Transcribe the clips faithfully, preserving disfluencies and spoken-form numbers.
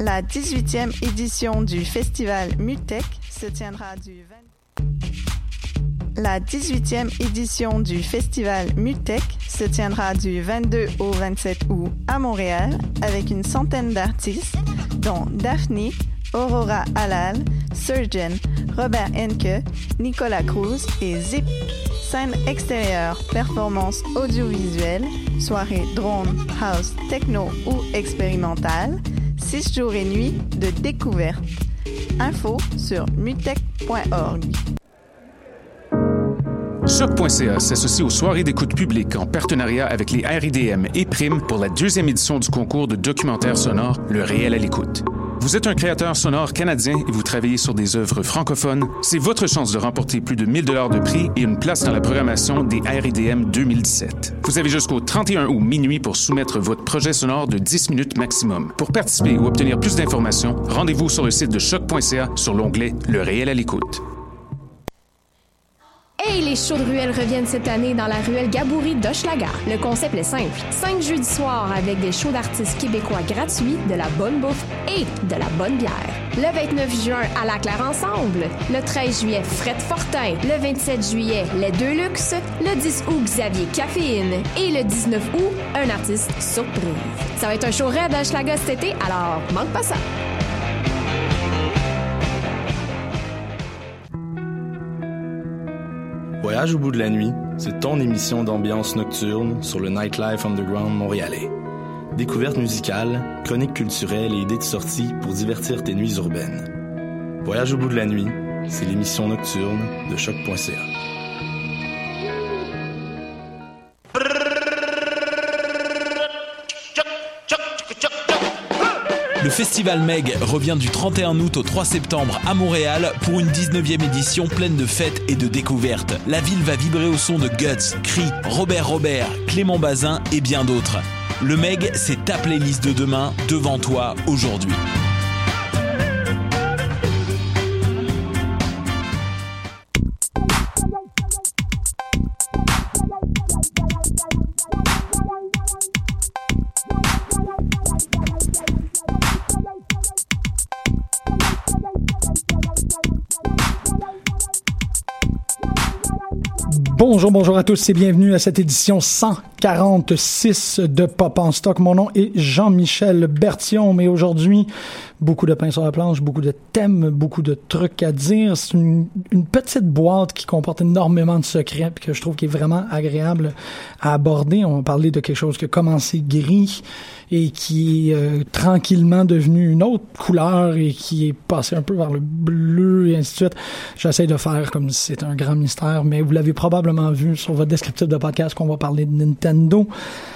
La dix-huitième édition du festival Mutech se tiendra du vingt... La dix-huitième édition du festival Mutech se tiendra du vingt-deux au vingt-sept août à Montréal avec une centaine d'artistes dont Daphne, Aurora Halal, Surgeon, Robert Henke, Nicolas Cruz et Zip. Scène extérieure, performance audiovisuelle, soirée drone, house, techno ou expérimentale, six jours et nuits de découverte. Info sur mutech point org. Choc point c a s'associe aux soirées d'écoute publique en partenariat avec les R I D M et Prime pour la deuxième édition du concours de documentaire sonore Le Réel à l'écoute. Vous êtes un créateur sonore canadien et vous travaillez sur des œuvres francophones, c'est votre chance de remporter plus de mille dollars de prix et une place dans la programmation des R I D M deux mille dix-sept. Vous avez jusqu'au trente et un août minuit pour soumettre votre projet sonore de dix minutes maximum. Pour participer ou obtenir plus d'informations, rendez-vous sur le site de choc point c a sur l'onglet Le Réel à l'écoute. Hey, les shows de ruelle reviennent cette année dans la ruelle Gaboury d'Hochelaga. Le concept est simple. Cinq jeudis soirs avec des shows d'artistes québécois gratuits, de la bonne bouffe et de la bonne bière. Le vingt-neuf juin, à la Claire Ensemble. Le treize juillet, Fred Fortin. Le vingt-sept juillet, Les Deux Luxe. Le dix août, Xavier Caféine. Et le dix-neuf août, un artiste surprise. Ça va être un show raide à Hochelaga cet été, alors manque pas ça. Voyage au bout de la nuit, c'est ton émission d'ambiance nocturne sur le Nightlife Underground montréalais. Découvertes musicales, chroniques culturelles et idées de sortie pour divertir tes nuits urbaines. Voyage au bout de la nuit, c'est l'émission nocturne de choc point c a. Le Festival Meg revient du trente et un août au trois septembre à Montréal pour une dix-neuvième édition pleine de fêtes et de découvertes. La ville va vibrer au son de Guts, Cri, Robert Robert, Clément Bazin et bien d'autres. Le Meg, c'est ta playlist de demain devant toi aujourd'hui. Bonjour, bonjour à tous et bienvenue à cette édition cent quarante-six de Pop en Stock. Mon nom est Jean-Michel Berthiaume et aujourd'hui, beaucoup de pain sur la planche, beaucoup de thèmes, beaucoup de trucs à dire. C'est une, une petite boîte qui comporte énormément de secrets et que je trouve qui est vraiment agréable à aborder. On va parler de quelque chose qui a commencé gris et qui est euh, tranquillement devenu une autre couleur et qui est passé un peu vers le bleu et ainsi de suite. J'essaie de faire comme si c'était un grand mystère, mais vous l'avez probablement vu sur votre descriptif de podcast qu'on va parler de Nintendo.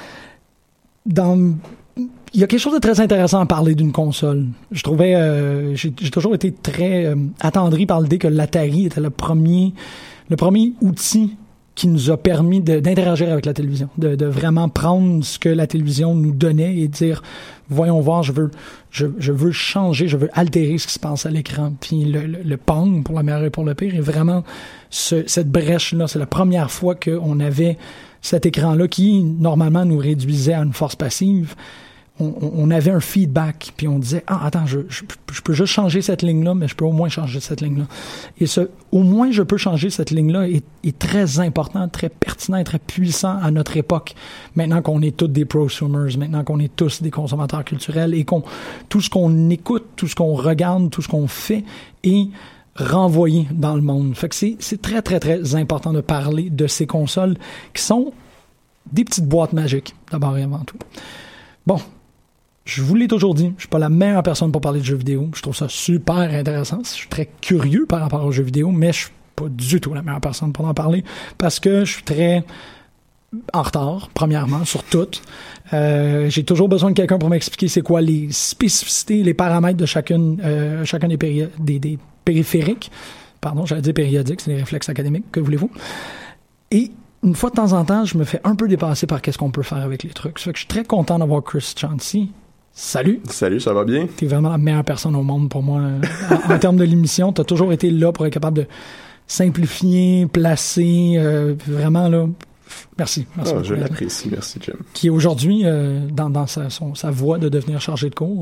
Dans... Il y a quelque chose de très intéressant à parler d'une console. Je trouvais... Euh, j'ai, j'ai toujours été très euh, attendri par l'idée que l'Atari était le premier, le premier outil qui nous a permis de, d'interagir avec la télévision, de, de vraiment prendre ce que la télévision nous donnait et dire, voyons voir, je veux, je, je veux changer, je veux altérer ce qui se passe à l'écran. Puis le, le, le Pong, pour le meilleur et pour le pire, est vraiment ce, cette brèche-là. C'est la première fois qu'on avait cet écran-là qui, normalement, nous réduisait à une force passive. On, on avait un feedback, puis on disait, ah, attends, je, je, je peux juste changer cette ligne-là, mais je peux au moins changer cette ligne-là. Et ce, au moins je peux changer cette ligne-là est, est très important, très pertinent, très puissant à notre époque. Maintenant qu'on est tous des prosumers, maintenant qu'on est tous des consommateurs culturels et qu'on, tout ce qu'on écoute, tout ce qu'on regarde, tout ce qu'on fait est renvoyé dans le monde. Fait que c'est, c'est très, très, très important de parler de ces consoles qui sont des petites boîtes magiques, d'abord et avant tout. Bon. Je vous l'ai toujours dit, je suis pas la meilleure personne pour parler de jeux vidéo. Je trouve ça super intéressant. Je suis très curieux par rapport aux jeux vidéo, mais je suis pas du tout la meilleure personne pour en parler parce que je suis très en retard, premièrement, sur tout. Euh, j'ai toujours besoin de quelqu'un pour m'expliquer c'est quoi les spécificités, les paramètres de chacune, euh, chacun des, péri- des, des périphériques. Pardon, j'allais dire périodiques, c'est des réflexes académiques, que voulez-vous. Et une fois de temps en temps, je me fais un peu dépasser par qu'est-ce qu'on peut faire avec les trucs. Ça fait que je suis très content d'avoir Chris Chauncey. Salut! Salut, ça va bien? T'es vraiment la meilleure personne au monde pour moi. en, en termes de l'émission, t'as toujours été là pour être capable de simplifier, placer, euh, vraiment là. Merci. merci ah, je l'apprécie, merci Jim. Qui est aujourd'hui euh, dans, dans sa, son, sa voie de devenir chargé de cours.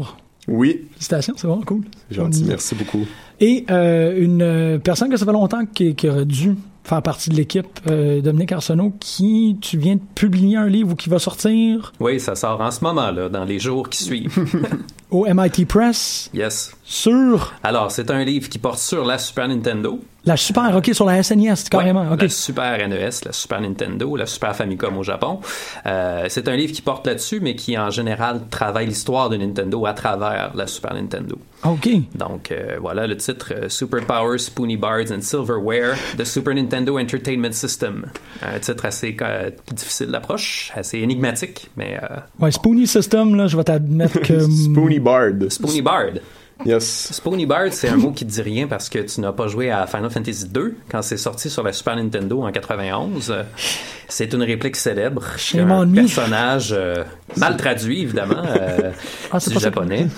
Oui. Félicitations, c'est vraiment cool. C'est gentil, merci beaucoup. Et euh, une personne que ça fait longtemps qui, qui aurait dû faire partie de l'équipe, euh, Dominique Arsenault, qui, tu viens de publier un livre ou qui va sortir... Oui, ça sort en ce moment, là, dans les jours qui suivent. Au M I T Press. Yes. Sur... Alors, c'est un livre qui porte sur la Super Nintendo. La Super, OK, sur la S N E S, carrément. Ouais, okay. La Super N E S, la Super Nintendo, la Super Famicom au Japon. Euh, c'est un livre qui porte là-dessus, mais qui, en général, travaille l'histoire de Nintendo à travers la Super Nintendo. OK. Donc, euh, voilà le titre, euh, Super Power, Spoonie Bards and Silverware, The Super Nintendo Entertainment System. Un titre assez euh, difficile d'approche, assez énigmatique, mais... Euh, ouais, Spoonie System, là, je vais t'admettre que... Spoonie Bard. Spoonie Bard. Yes. Spoonie Bard, c'est un mot qui te dit rien parce que tu n'as pas joué à Final Fantasy deux quand c'est sorti sur la Super Nintendo en quatre-vingt-onze. C'est une réplique célèbre d'un personnage euh, mal traduit, évidemment, euh, ah, du japonais.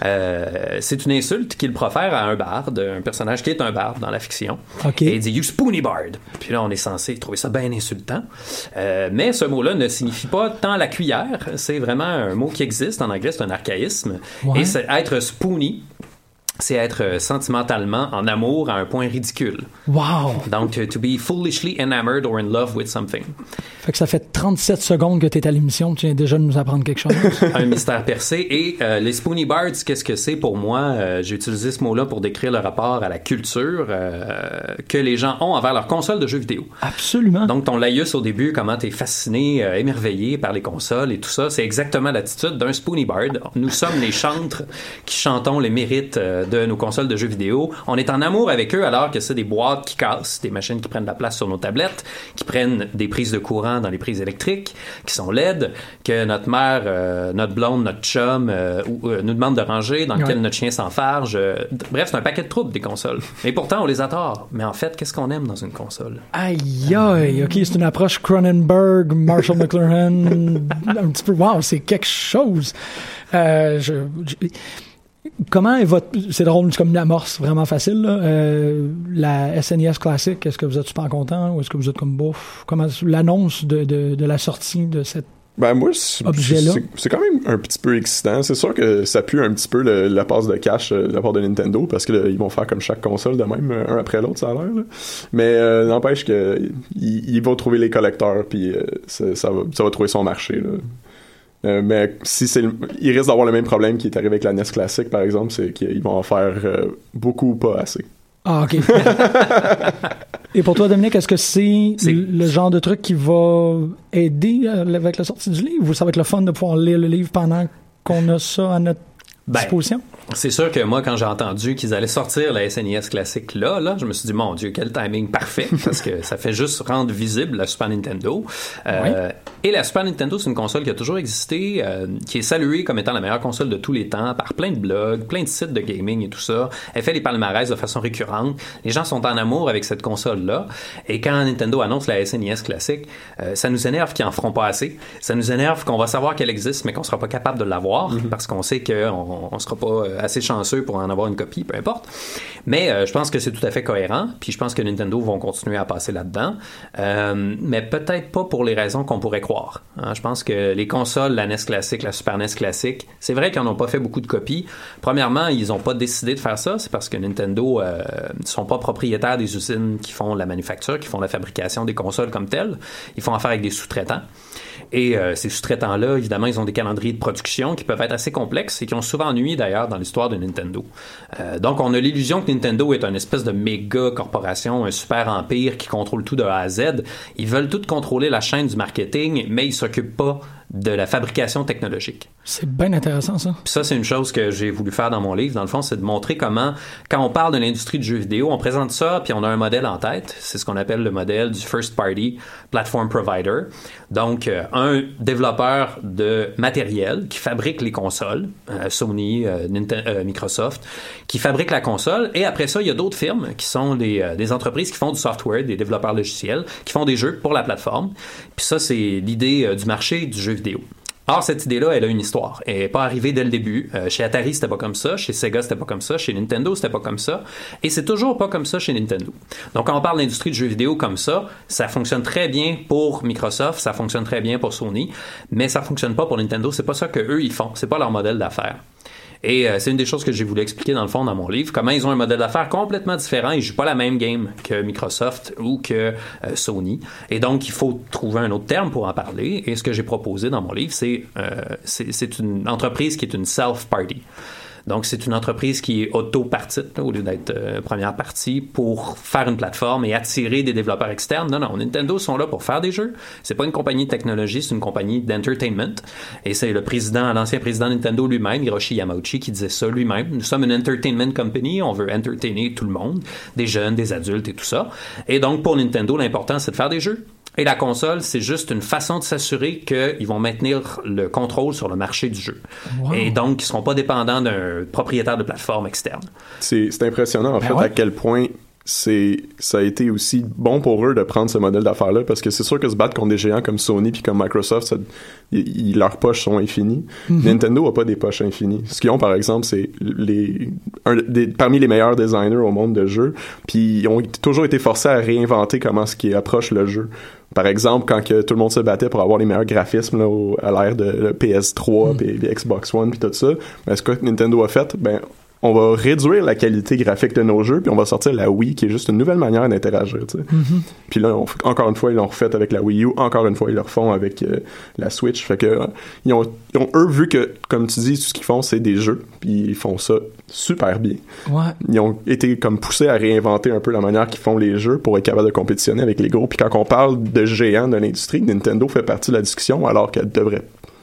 Euh, c'est une insulte qu'il profère à un barde, un personnage qui est un barde dans la fiction. Okay. Et il dit « You Spoonie Bard ». Puis là, on est censé trouver ça bien insultant. Euh, mais ce mot-là ne signifie pas tant la cuillère. C'est vraiment un mot qui existe. En anglais, c'est un archaïsme. Ouais. Et c'est être spoonie, c'est être sentimentalement en amour à un point ridicule. Wow! Donc, to be foolishly enamored or in love with something. Fait que ça fait trente-sept secondes que tu es à l'émission, tu viens déjà de nous apprendre quelque chose. Un mystère percé. Et euh, les Spoonie Bards, qu'est-ce que c'est pour moi? Euh, j'ai utilisé ce mot-là pour décrire le rapport à la culture euh, que les gens ont envers leur console de jeux vidéo. Absolument. Donc, ton laïus au début, comment t'es fasciné, euh, émerveillé par les consoles et tout ça, c'est exactement l'attitude d'un Spoonie Bard. Nous sommes les chantres qui chantons les mérites euh, de nos consoles de jeux vidéo. On est en amour avec eux alors que c'est des boîtes qui cassent, des machines qui prennent de la place sur nos tablettes, qui prennent des prises de courant dans les prises électriques, qui sont L E D, que notre mère, euh, notre blonde, notre chum euh, ou, euh, nous demande de ranger, dans lequel ouais. notre chien s'enfarge. Euh, bref, c'est un paquet de troubles, des consoles. Et pourtant, on les adore. Mais en fait, qu'est-ce qu'on aime dans une console? Aïe, aïe, OK, c'est une approche Cronenberg, Marshall McLuhan, un petit peu, wow, c'est quelque chose. Euh, je... je Comment est votre... C'est drôle, c'est comme une amorce vraiment facile, là. Euh, la S N E S classique, est-ce que vous êtes super content ou est-ce que vous êtes comme bof? Comment l'annonce de, de, de la sortie de cette Ben moi, c'est, c'est, c'est quand même un petit peu excitant. C'est sûr que ça pue un petit peu le, la passe de cash de la part de Nintendo parce que là, ils vont faire comme chaque console de même, un après l'autre, ça a l'air. Là. Mais euh, n'empêche que ils, ils vont trouver les collecteurs puis euh, ça, ça, va, ça va trouver son marché, là. Euh, mais si c'est, il risque d'avoir le même problème qui est arrivé avec la N E S classique, par exemple, c'est qu'ils vont en faire euh, beaucoup ou pas assez. Ah, OK. Et pour toi, Dominique, est-ce que c'est, c'est le genre de truc qui va aider avec la sortie du livre ou ça va être le fun de pouvoir lire le livre pendant qu'on a ça à notre ben, disposition? C'est sûr que moi, quand j'ai entendu qu'ils allaient sortir la S N E S classique là, là, je me suis dit, mon Dieu, quel timing parfait, parce que ça fait juste rendre visible la Super Nintendo. Euh, oui. Et la Super Nintendo, c'est une console qui a toujours existé, euh, qui est saluée comme étant la meilleure console de tous les temps par plein de blogs, plein de sites de gaming et tout ça. Elle fait les palmarès de façon récurrente. Les gens sont en amour avec cette console-là. Et quand Nintendo annonce la S N E S classique, euh, ça nous énerve qu'ils en feront pas assez. Ça nous énerve qu'on va savoir qu'elle existe, mais qu'on sera pas capable de l'avoir, mm-hmm. parce qu'on sait qu'on on sera pas euh, assez chanceux pour en avoir une copie, peu importe. Mais euh, je pense que c'est tout à fait cohérent, puis je pense que Nintendo vont continuer à passer là-dedans, euh, mais peut-être pas pour les raisons qu'on pourrait croire. Hein, je pense que les consoles, la N E S classique, la Super N E S classique, c'est vrai qu'ils n'en ont pas fait beaucoup de copies. Premièrement, ils n'ont pas décidé de faire ça, c'est parce que Nintendo euh, ne sont pas propriétaires des usines qui font la manufacture, qui font la fabrication des consoles comme telles. Ils font affaire avec des sous-traitants. Et euh, ces sous-traitants-là, évidemment, ils ont des calendriers de production qui peuvent être assez complexes et qui ont souvent ennuyé d'ailleurs dans l'histoire de Nintendo. Euh, donc, on a l'illusion que Nintendo est une espèce de méga corporation, un super empire qui contrôle tout de A à Z. Ils veulent tout contrôler la chaîne du marketing, mais ils s'occupent pas de la fabrication technologique. C'est bien intéressant, ça. Puis ça, c'est une chose que j'ai voulu faire dans mon livre. Dans le fond, c'est de montrer comment, quand on parle de l'industrie du jeu vidéo, on présente ça, puis on a un modèle en tête. C'est ce qu'on appelle le modèle du First Party Platform Provider. Donc, euh, un développeur de matériel qui fabrique les consoles, euh, Sony, euh, Nintendo, euh, Microsoft, qui fabrique la console. Et après ça, il y a d'autres firmes qui sont des, euh, des entreprises qui font du software, des développeurs logiciels, qui font des jeux pour la plateforme. Puis ça, c'est l'idée euh, du marché du jeu vidéo. Or, cette idée-là, elle a une histoire. Elle n'est pas arrivée dès le début. Euh, chez Atari, c'était pas comme ça. Chez Sega, c'était pas comme ça. Chez Nintendo, c'était pas comme ça. Et c'est toujours pas comme ça chez Nintendo. Donc, quand on parle d'industrie du jeu vidéo comme ça, ça fonctionne très bien pour Microsoft, ça fonctionne très bien pour Sony, mais ça fonctionne pas pour Nintendo. C'est pas ça qu'eux, ils font. C'est pas leur modèle d'affaires. Et euh, c'est une des choses que j'ai voulu expliquer dans le fond dans mon livre, comment ils ont un modèle d'affaires complètement différent. Ils jouent pas la même game que Microsoft ou que euh, Sony. Et donc, il faut trouver un autre terme pour en parler. Et ce que j'ai proposé dans mon livre, c'est, euh, c'est, c'est une entreprise qui est une self-party. Donc, c'est une entreprise qui est auto-partite, là, au lieu d'être euh, première partie, pour faire une plateforme et attirer des développeurs externes. Non, non, Nintendo sont là pour faire des jeux. C'est pas une compagnie de technologie, c'est une compagnie d'entertainment. Et c'est le président, l'ancien président Nintendo lui-même, Hiroshi Yamauchi, qui disait ça lui-même. Nous sommes une entertainment company, on veut entertainer tout le monde, des jeunes, des adultes et tout ça. Et donc, pour Nintendo, l'important, c'est de faire des jeux. Et la console, c'est juste une façon de s'assurer qu'ils vont maintenir le contrôle sur le marché du jeu. Wow. Et donc, ils ne seront pas dépendants d'un propriétaire de plateforme externe. C'est, c'est impressionnant, en ben fait, ouais. à quel point c'est, ça a été aussi bon pour eux de prendre ce modèle d'affaires-là, parce que c'est sûr que se battre contre des géants comme Sony puis comme Microsoft, ça, y, y, leurs poches sont infinies. Mm-hmm. Nintendo n'a pas des poches infinies. Ce qu'ils ont, par exemple, c'est les, un, des, parmi les meilleurs designers au monde de jeux, puis ils ont toujours été forcés à réinventer comment ce qui approche le jeu. Par exemple, quand que tout le monde se battait pour avoir les meilleurs graphismes là, au, à l'ère de P S trois, mm. puis Xbox One, puis tout ça, ben, ce que Nintendo a fait, ben on va réduire la qualité graphique de nos jeux, puis on va sortir la Wii, qui est juste une nouvelle manière d'interagir, tu sais. Mm-hmm. Puis là, on, encore une fois, ils l'ont refait avec la Wii U, encore une fois, ils le refont avec euh, la Switch. Fait que euh, ils, ont, ils ont, eux, vu que, comme tu dis, tout ce qu'ils font, c'est des jeux, puis ils font ça super bien. Ouais. Ils ont été comme poussés à réinventer un peu la manière qu'ils font les jeux pour être capables de compétitionner avec les gros. Puis quand on parle de géants de l'industrie, Nintendo fait partie de la discussion, alors qu'elle devrait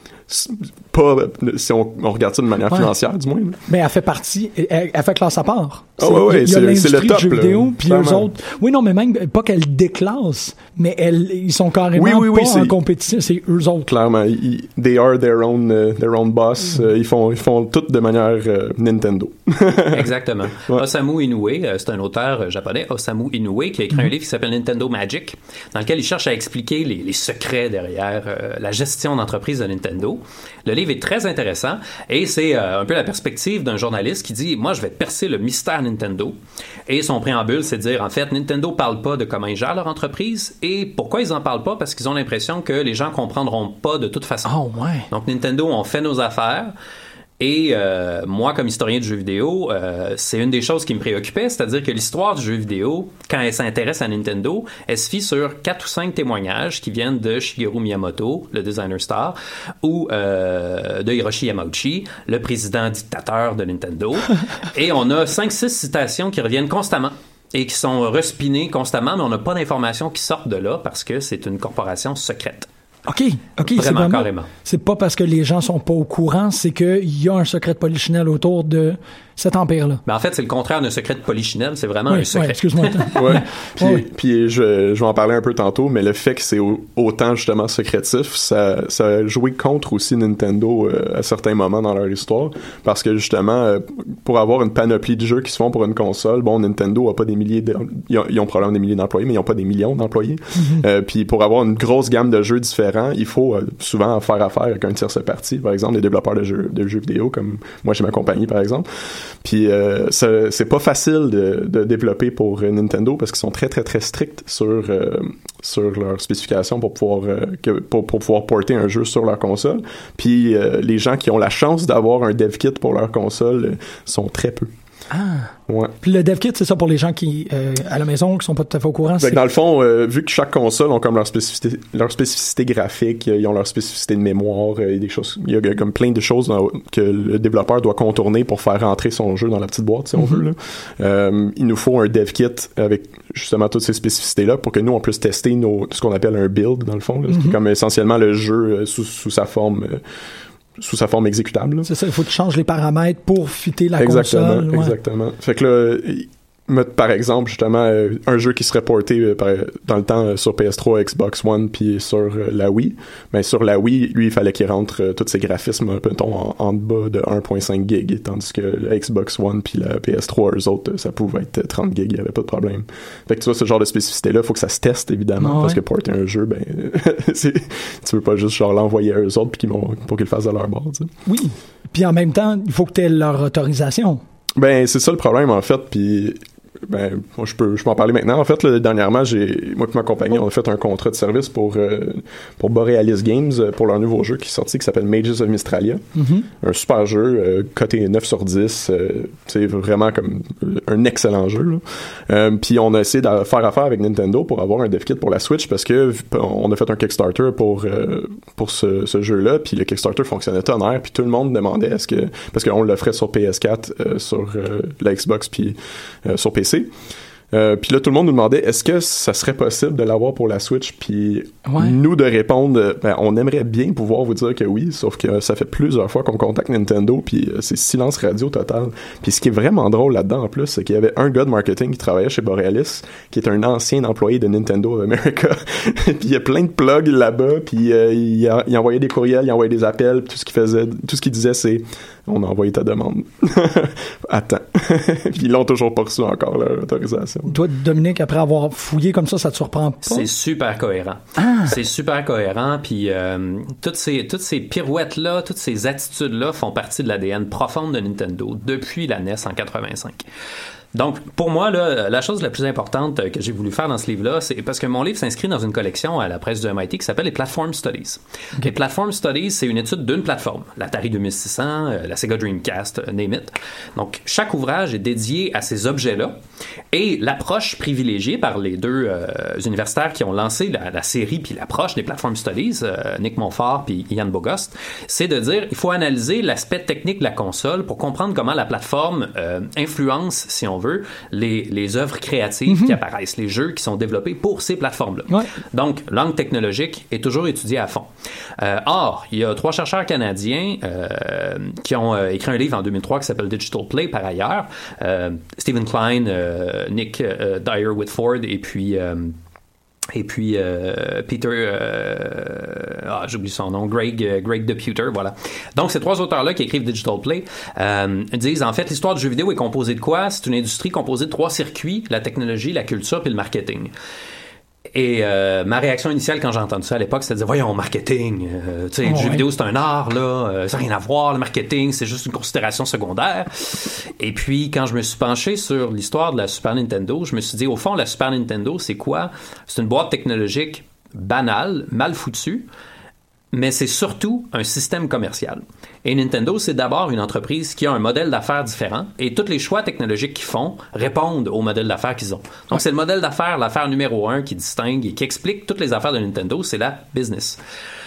pas, si on, on regarde ça de manière ouais. financière, du moins. Mais elle fait partie, elle, elle fait classe à part. Ah ouais, ouais, il y a c'est, l'industrie c'est le top, du jeu vidéo, puis eux vraiment. autres. Oui, non, mais même pas qu'elle déclasse, mais elle, ils sont carrément oui, oui, oui, pas c'est, en compétition, c'est eux autres. Clairement, ils, they are their own, uh, their own boss. Mm. Uh, ils font, ils font tout de manière uh, Nintendo. Exactement. Ouais. Osamu Inoue, euh, c'est un auteur japonais, Osamu Inoue, qui a écrit mm. un livre qui s'appelle Nintendo Magic, dans lequel il cherche à expliquer les, les secrets derrière euh, la gestion d'entreprise de Nintendo. Le livre est très intéressant et c'est euh, un peu la perspective d'un journaliste qui dit « Moi, je vais percer le mystère Nintendo ». Et son préambule, c'est de dire, en fait, Nintendo parle pas de comment ils gèrent leur entreprise. Et pourquoi ils en parlent pas? Parce qu'ils ont l'impression que les gens comprendront pas de toute façon. Oh, ouais. Donc, Nintendo, on fait nos affaires. Et euh, moi, comme historien de jeux vidéo, euh, c'est une des choses qui me préoccupait, c'est-à-dire que l'histoire du jeu vidéo, quand elle s'intéresse à Nintendo, elle se fie sur quatre ou cinq témoignages qui viennent de Shigeru Miyamoto, le designer star, ou euh, de Hiroshi Yamauchi, le président dictateur de Nintendo. Et on a cinq six citations qui reviennent constamment et qui sont respinées constamment, mais on n'a pas d'informations qui sortent de là parce que c'est une corporation secrète. OK, OK, vraiment, c'est vraiment, carrément. C'est pas parce que les gens sont pas au courant, c'est qu'il y a un secret de polichinelle autour de cet empire-là. Ben en fait, c'est le contraire d'un secret de polichinelle, c'est vraiment oui, un secret. Oui, excuse-moi. ouais. Puis, oui. puis je, je vais en parler un peu tantôt, mais le fait que c'est au, autant justement secrétif, ça, ça a joué contre aussi Nintendo euh, à certains moments dans leur histoire, parce que justement, euh, pour avoir une panoplie de jeux qui se font pour une console, bon, Nintendo a pas des milliers, de, ils, ont, ils ont probablement des milliers d'employés, mais ils ont pas des millions d'employés. Mm-hmm. Euh, puis pour avoir une grosse gamme de jeux différents, il faut euh, souvent faire affaire avec un tierce partie, par exemple, des développeurs de jeux, de jeux vidéo, comme moi chez ma compagnie, par exemple. Puis euh, ça, c'est pas facile de, de développer pour Nintendo parce qu'ils sont très très très stricts sur euh, sur leurs spécifications pour pouvoir euh, que, pour, pour pouvoir porter un jeu sur leur console. Puis euh, les gens qui ont la chance d'avoir un dev kit pour leur console euh, sont très peu. Ah. Ouais. Puis le dev kit, c'est ça pour les gens qui, euh, à la maison, qui sont pas tout à fait au courant. C'est... Dans le fond, euh, vu que chaque console ont comme leur spécificité, leur spécificité graphique, ils ont leur spécificité de mémoire, euh, des choses, il y a comme plein de choses dans, que le développeur doit contourner pour faire rentrer son jeu dans la petite boîte, si mm-hmm. on veut. Là. Euh, il nous faut un dev kit avec justement toutes ces spécificités-là pour que nous, on puisse tester nos, ce qu'on appelle un build, dans le fond, là, mm-hmm. qui est comme essentiellement le jeu euh, sous, sous sa forme... Euh, sous sa forme exécutable. Là. C'est ça, il faut que tu changes les paramètres pour fitter la exactement, console. Ouais. Exactement. Fait que là, par exemple, justement, un jeu qui serait porté par, dans le temps sur P S trois, Xbox One, puis sur la Wii, mais sur la Wii, lui, il fallait qu'il rentre euh, tous ses graphismes, mettons, en, en bas de un virgule cinq gigs, tandis que la Xbox One puis la P S trois, eux autres, ça pouvait être trente gigs, il n'y avait pas de problème. Fait que tu vois, ce genre de spécificité-là, il faut que ça se teste, évidemment, ah ouais. parce que porter un jeu, ben, c'est, tu veux pas juste genre l'envoyer à eux autres puis qu'ils vont, pour qu'ils le fassent de leur bord, tu sais. Oui. Puis en même temps, il faut que tu aies leur autorisation. Ben, c'est ça le problème, en fait, puis ben, moi, je peux, je peux en parler maintenant. En fait, là, dernièrement, j'ai, moi et ma compagnie, on a fait un contrat de service pour, euh, pour Borealis Games, pour leur nouveau jeu qui est sorti, qui s'appelle Mages of Mystralia. Mm-hmm. Un super jeu, euh, coté neuf sur dix. Euh, c'est vraiment comme un excellent jeu, là. Euh, puis on a essayé de faire affaire avec Nintendo pour avoir un dev kit pour la Switch parce que on a fait un Kickstarter pour, euh, pour ce, ce jeu-là, puis le Kickstarter fonctionnait tonnerre, puis tout le monde demandait est-ce que, parce qu'on l'offrait sur P S quatre, euh, sur euh, la Xbox, puis euh, sur P C. Euh, puis là, tout le monde nous demandait est-ce que ça serait possible de l'avoir pour la Switch, puis ouais. nous de répondre ben, on aimerait bien pouvoir vous dire que oui, sauf que ça fait plusieurs fois qu'on contacte Nintendo, puis euh, c'est silence radio total. Puis ce qui est vraiment drôle là-dedans en plus, c'est qu'il y avait un gars de marketing qui travaillait chez Borealis, qui est un ancien employé de Nintendo of America. Puis il y a plein de plugs là-bas, puis euh, il, a, il envoyait des courriels, il envoyait des appels, puis tout ce qu'il faisait, tout ce qu'il disait, c'est on a envoyé ta demande. Attends. Puis ils l'ont toujours pas reçu encore, l'autorisation. Toi, Dominique, après avoir fouillé comme ça, ça te surprend pas? C'est super cohérent. Ah. C'est super cohérent, puis euh, toutes ces, toutes ces pirouettes-là, toutes ces attitudes-là font partie de l'A D N profonde de Nintendo depuis la N E S en quatre-vingt-cinq. Donc, pour moi, là, la chose la plus importante que j'ai voulu faire dans ce livre-là, c'est parce que mon livre s'inscrit dans une collection à la presse du M I T qui s'appelle les Platform Studies. Okay. Les Platform Studies, c'est une étude d'une plateforme. L'Atari deux mille six cents, la Sega Dreamcast, name it. Donc, chaque ouvrage est dédié à ces objets-là. Et l'approche privilégiée par les deux euh, universitaires qui ont lancé la, la série puis l'approche des Platform Studies, euh, Nick Monfort puis Ian Bogost, c'est de dire il faut analyser l'aspect technique de la console pour comprendre comment la plateforme euh, influence, si on veut, les, les œuvres créatives mm-hmm. qui apparaissent, les jeux qui sont développés pour ces plateformes-là. Ouais. Donc, l'angle technologique est toujours étudié à fond. Euh, or, il y a trois chercheurs canadiens euh, qui ont euh, écrit un livre en deux mille trois qui s'appelle Digital Play, par ailleurs. Euh, Stephen Klein, euh, Nick euh, Dyer-Whitford et puis... Euh, Et puis euh, Peter, euh, ah j'oublie son nom, Greg, euh, Greg DePuter, voilà. Donc ces trois auteurs-là qui écrivent Digital Play euh, disent en fait l'histoire du jeu vidéo est composée de quoi? C'est une industrie composée de trois circuits, la technologie, la culture puis le marketing. Et euh, ma réaction initiale quand j'ai entendu ça à l'époque, c'était de dire voyons, marketing, euh, tu sais, oh, le jeu ouais. vidéo c'est un art là, euh, ça n'a rien à voir, le marketing c'est juste une considération secondaire. Et puis quand je me suis penché sur l'histoire de la Super Nintendo, je me suis dit au fond la Super Nintendo c'est quoi? C'est une boîte technologique banale, mal foutue, mais c'est surtout un système commercial. Et Nintendo, c'est d'abord une entreprise qui a un modèle d'affaires différent et tous les choix technologiques qu'ils font répondent au modèle d'affaires qu'ils ont. Donc, ouais. c'est le modèle d'affaires, l'affaire numéro un qui distingue et qui explique toutes les affaires de Nintendo, c'est la business.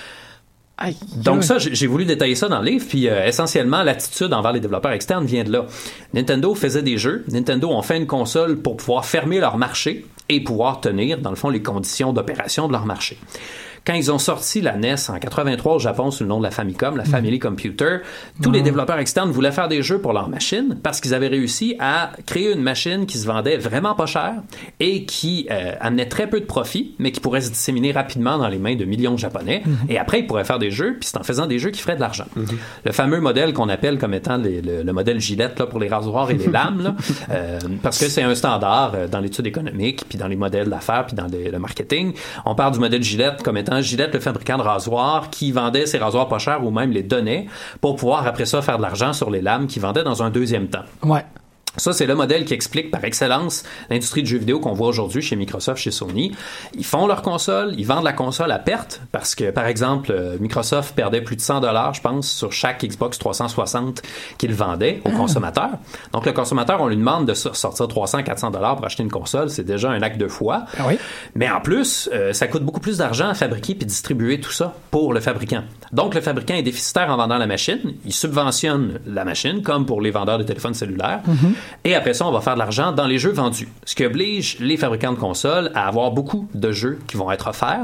Aïe, Donc ça, j'ai, j'ai voulu détailler ça dans le livre, puis euh, essentiellement, l'attitude envers les développeurs externes vient de là. Nintendo faisait des jeux, Nintendo ont fait une console pour pouvoir fermer leur marché et pouvoir tenir, dans le fond, les conditions d'opération de leur marché. Quand ils ont sorti la N E S en quatre-vingt-trois au Japon sous le nom de la Famicom, la Family Computer, tous mmh. les développeurs externes voulaient faire des jeux pour leur machine parce qu'ils avaient réussi à créer une machine qui se vendait vraiment pas cher et qui euh, amenait très peu de profit, mais qui pourrait se disséminer rapidement dans les mains de millions de Japonais. Mmh. Et après, ils pourraient faire des jeux, puis c'est en faisant des jeux qu'ils feraient de l'argent. Mmh. Le fameux modèle qu'on appelle comme étant les, le, le modèle Gillette là, pour les rasoirs et les lames, là, euh, parce que c'est un standard euh, dans l'étude économique, puis dans les modèles d'affaires, puis dans les, le marketing. On parle du modèle Gillette comme étant Gillette, le fabricant de rasoirs, qui vendait ses rasoirs pas chers ou même les donnait pour pouvoir après ça faire de l'argent sur les lames qu'il vendait dans un deuxième temps. Ouais. Ça, c'est le modèle qui explique par excellence l'industrie du jeu vidéo qu'on voit aujourd'hui chez Microsoft, chez Sony. Ils font leur console, ils vendent la console à perte parce que, par exemple, Microsoft perdait plus de cent dollars, je pense, sur chaque Xbox trois cent soixante qu'ils vendaient aux consommateurs. Donc, le consommateur, on lui demande de sortir trois cents à quatre cents dollars pour acheter une console. C'est déjà un acte de foi. Ah oui? Mais en plus, euh, ça coûte beaucoup plus d'argent à fabriquer puis distribuer tout ça pour le fabricant. Donc, le fabricant est déficitaire en vendant la machine. Il subventionne la machine, comme pour les vendeurs de téléphones cellulaires. Mm-hmm. Et après ça, on va faire de l'argent dans les jeux vendus, ce qui oblige les fabricants de consoles à avoir beaucoup de jeux qui vont être offerts.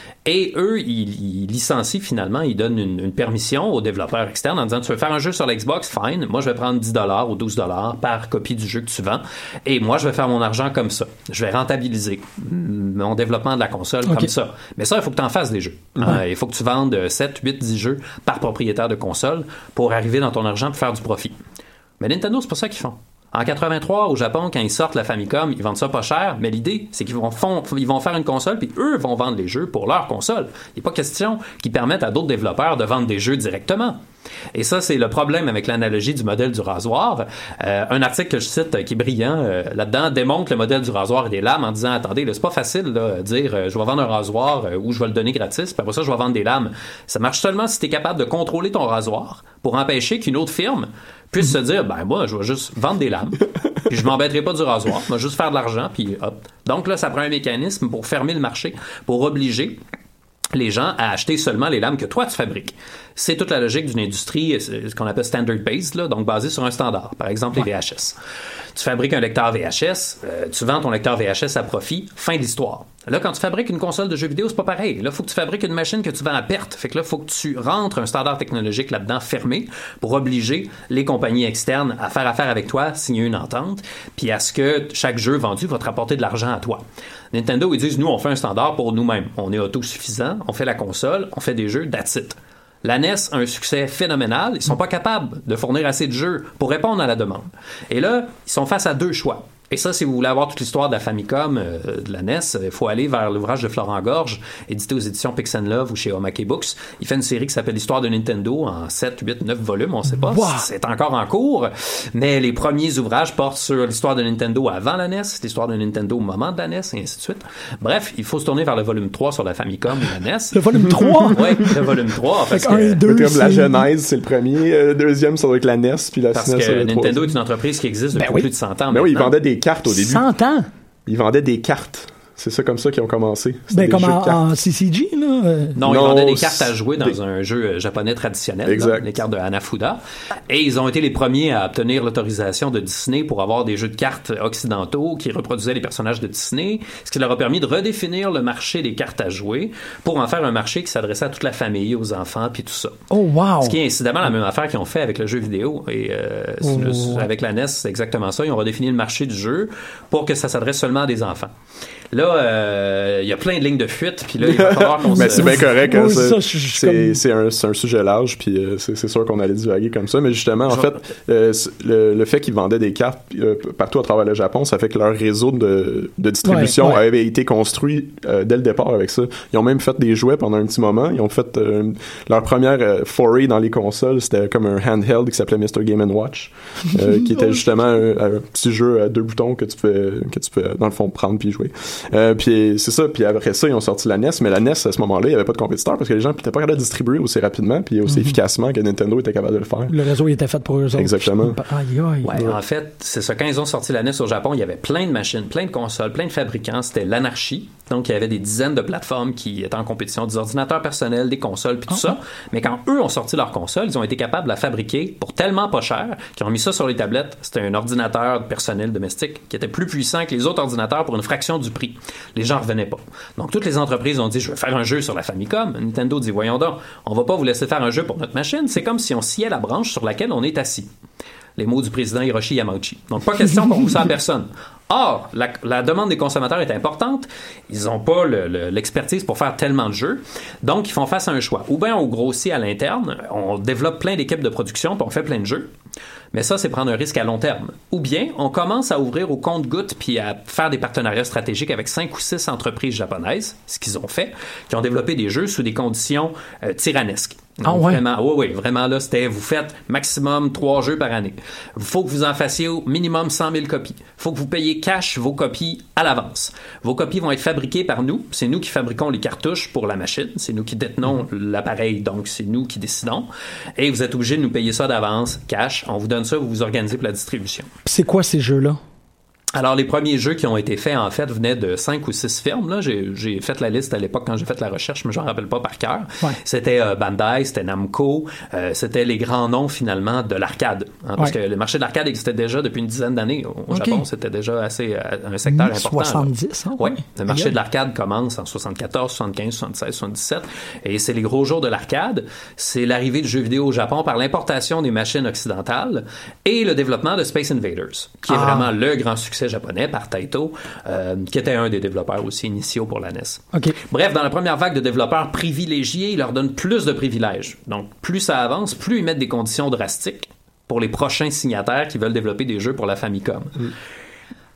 Et eux, ils, ils licencient finalement, ils donnent une, une permission aux développeurs externes en disant tu veux faire un jeu sur l'Xbox, fine, moi je vais prendre dix dollars ou douze dollars par copie du jeu que tu vends et moi je vais faire mon argent comme ça. Je vais rentabiliser mon développement de la console okay. comme ça. Mais ça, il faut que tu en fasses des jeux. Mm-hmm. Euh, il faut que tu vendes sept, huit, dix jeux par propriétaire de console pour arriver dans ton argent pour faire du profit. Mais Nintendo, c'est pas ça qu'ils font. En quatre-vingt-trois, au Japon, quand ils sortent la Famicom, ils vendent ça pas cher, mais l'idée, c'est qu'ils vont, font, ils vont faire une console, puis eux vont vendre les jeux pour leur console. Il n'est pas question qu'ils permettent à d'autres développeurs de vendre des jeux directement. Et ça, c'est le problème avec l'analogie du modèle du rasoir. Euh, un article que je cite euh, qui est brillant euh, là-dedans démontre le modèle du rasoir et des lames en disant, attendez, là, c'est pas facile de dire euh, je vais vendre un rasoir euh, ou je vais le donner gratis, puis après ça, je vais vendre des lames. Ça marche seulement si tu es capable de contrôler ton rasoir pour empêcher qu'une autre firme puisse se dire, ben moi, je vais juste vendre des lames, puis je m'embêterai pas du rasoir, je vais juste faire de l'argent, puis hop. Donc là, ça prend un mécanisme pour fermer le marché, pour obliger les gens à acheter seulement les lames que toi tu fabriques. C'est toute la logique d'une industrie, ce qu'on appelle standard-based, là, donc basée sur un standard. Par exemple, les V H S. Tu fabriques un lecteur V H S, euh, tu vends ton lecteur V H S à profit, fin de l'histoire. Là, quand tu fabriques une console de jeux vidéo, c'est pas pareil. Là, il faut que tu fabriques une machine que tu vends à perte. Fait que là, il faut que tu rentres un standard technologique là-dedans fermé pour obliger les compagnies externes à faire affaire avec toi, signer une entente, puis à ce que chaque jeu vendu va te rapporter de l'argent à toi. Nintendo, ils disent, nous, on fait un standard pour nous-mêmes. On est autosuffisant, on fait la console, on fait des jeux, that's it. La N E S a un succès phénoménal. Ils sont pas capables de fournir assez de jeux pour répondre à la demande. Et là, ils sont face à deux choix. Et ça, si vous voulez avoir toute l'histoire de la Famicom, euh, de la N E S, il faut aller vers l'ouvrage de Florent Gorge, édité aux éditions Pix and Love ou chez Omake Books. Il fait une série qui s'appelle l'histoire de Nintendo en sept, huit, neuf volumes, on sait pas. Wow. C'est encore en cours. Mais les premiers ouvrages portent sur l'histoire de Nintendo avant la N E S, l'histoire de Nintendo au moment de la N E S, et ainsi de suite. Bref, il faut se tourner vers le volume trois sur la Famicom ou la N E S. Le volume trois? Oui, le volume trois. Parce que, un, deux, comme la genèse, c'est le premier. Le deuxième, ça doit être la N E S, puis la parce S N E S, que c'est le Nintendo troisième. est une entreprise qui existe depuis ben oui. plus de cent ans. Ben oui, ils vendaient des cartes au début. cent ans? Ils vendaient des cartes. C'est ça comme ça qu'ils ont commencé. Ben comme en, en C C G, là? Non, non, ils vendaient des cartes à jouer dans des... un jeu japonais traditionnel, exact. Là, les cartes de Hanafuda. Et ils ont été les premiers à obtenir l'autorisation de Disney pour avoir des jeux de cartes occidentaux qui reproduisaient les personnages de Disney, ce qui leur a permis de redéfinir le marché des cartes à jouer pour en faire un marché qui s'adressait à toute la famille, aux enfants, puis tout ça. Oh, wow! Ce qui est incidemment la même affaire qu'ils ont fait avec le jeu vidéo. Et euh, oh. le, avec la N E S, c'est exactement ça. Ils ont redéfini le marché du jeu pour que ça s'adresse seulement à des enfants. Là, il euh, y a plein de lignes de fuite, puis là, il va falloir qu'on mais se... c'est bien correct, hein, oui, c'est, ça, je, je, c'est, comme... c'est, un, c'est un sujet large, puis euh, c'est, c'est sûr qu'on allait divaguer comme ça, mais justement, en Je... fait, euh, le, le fait qu'ils vendaient des cartes euh, partout à travers le Japon, ça fait que leur réseau de, de distribution ouais, ouais. avait été construit euh, dès le départ avec ça. Ils ont même fait des jouets pendant un petit moment, ils ont fait euh, leur première euh, foray dans les consoles, c'était comme un handheld qui s'appelait mister Game and Watch, euh, qui était justement un, un petit jeu à deux boutons que tu peux, que tu peux dans le fond, prendre puis jouer. Euh, puis c'est ça, puis après ça, ils ont sorti la N E S, mais la N E S, à ce moment-là, il n'y avait pas de compétiteur parce que les gens n'étaient pas capables de distribuer aussi rapidement puis aussi mm-hmm. efficacement que Nintendo était capable de le faire. Le réseau était fait pour eux autres. Exactement. Aïe, aïe. Ouais, en fait, c'est ça. Quand ils ont sorti la N E S au Japon, il y avait plein de machines, plein de consoles, plein de fabricants. C'était l'anarchie. Donc, il y avait des dizaines de plateformes qui étaient en compétition, des ordinateurs personnels, des consoles, puis tout oh. ça. Mais quand eux ont sorti leur console, ils ont été capables de la fabriquer pour tellement pas cher qu'ils ont mis ça sur les tablettes. C'était un ordinateur personnel domestique qui était plus puissant que les autres ordinateurs pour une fraction du prix. Les gens revenaient pas. Donc, toutes les entreprises ont dit, je veux faire un jeu sur la Famicom. Nintendo dit, voyons donc, on va pas vous laisser faire un jeu pour notre machine. C'est comme si on sciait la branche sur laquelle on est assis. Les mots du président Hiroshi Yamauchi. Donc, pas question qu'on vous ça à personne. Or, la, la demande des consommateurs est importante. Ils n'ont pas le, le, l'expertise pour faire tellement de jeux. Donc, ils font face à un choix. Ou bien on grossit à l'interne, on développe plein d'équipes de production, puis on fait plein de jeux. Mais ça, c'est prendre un risque à long terme. Ou bien, on commence à ouvrir au compte-gouttes puis à faire des partenariats stratégiques avec cinq ou six entreprises japonaises, ce qu'ils ont fait, qui ont développé des jeux sous des conditions euh, tyrannesques. Donc, ah ouais? Vraiment, oui, oui, vraiment là, c'était, vous faites maximum trois jeux par année. Il faut que vous en fassiez au minimum cent mille copies. Il faut que vous payiez cash vos copies à l'avance. Vos copies vont être fabriquées par nous. C'est nous qui fabriquons les cartouches pour la machine. C'est nous qui détenons mm-hmm. l'appareil, donc c'est nous qui décidons. Et vous êtes obligés de nous payer ça d'avance, cash. On vous donne ça, vous vous organisez pour la distribution. C'est quoi ces jeux-là? Alors, les premiers jeux qui ont été faits, en fait, venaient de cinq ou six firmes. Là. J'ai, j'ai fait la liste à l'époque quand j'ai fait la recherche, mais je m'en rappelle pas par cœur. Ouais. C'était euh, Bandai, c'était Namco, euh, c'était les grands noms, finalement, de l'arcade. Hein, parce ouais. que le marché de l'arcade existait déjà depuis une dizaine d'années. Au, au okay. Japon, c'était déjà assez euh, un secteur mmh, important. soixante-dix, hein? Oui. Le marché de l'arcade commence en soixante-quatorze, soixante-quinze, soixante-seize, soixante-dix-sept. Et c'est les gros jours de l'arcade. C'est l'arrivée du jeu vidéo au Japon par l'importation des machines occidentales et le développement de Space Invaders, qui est ah. vraiment le grand succès japonais par Taito, euh, qui était un des développeurs aussi initiaux pour la N E S. Okay. Bref, dans la première vague de développeurs privilégiés, ils leur donnent plus de privilèges. Donc, plus ça avance, plus ils mettent des conditions drastiques pour les prochains signataires qui veulent développer des jeux pour la Famicom. Mm.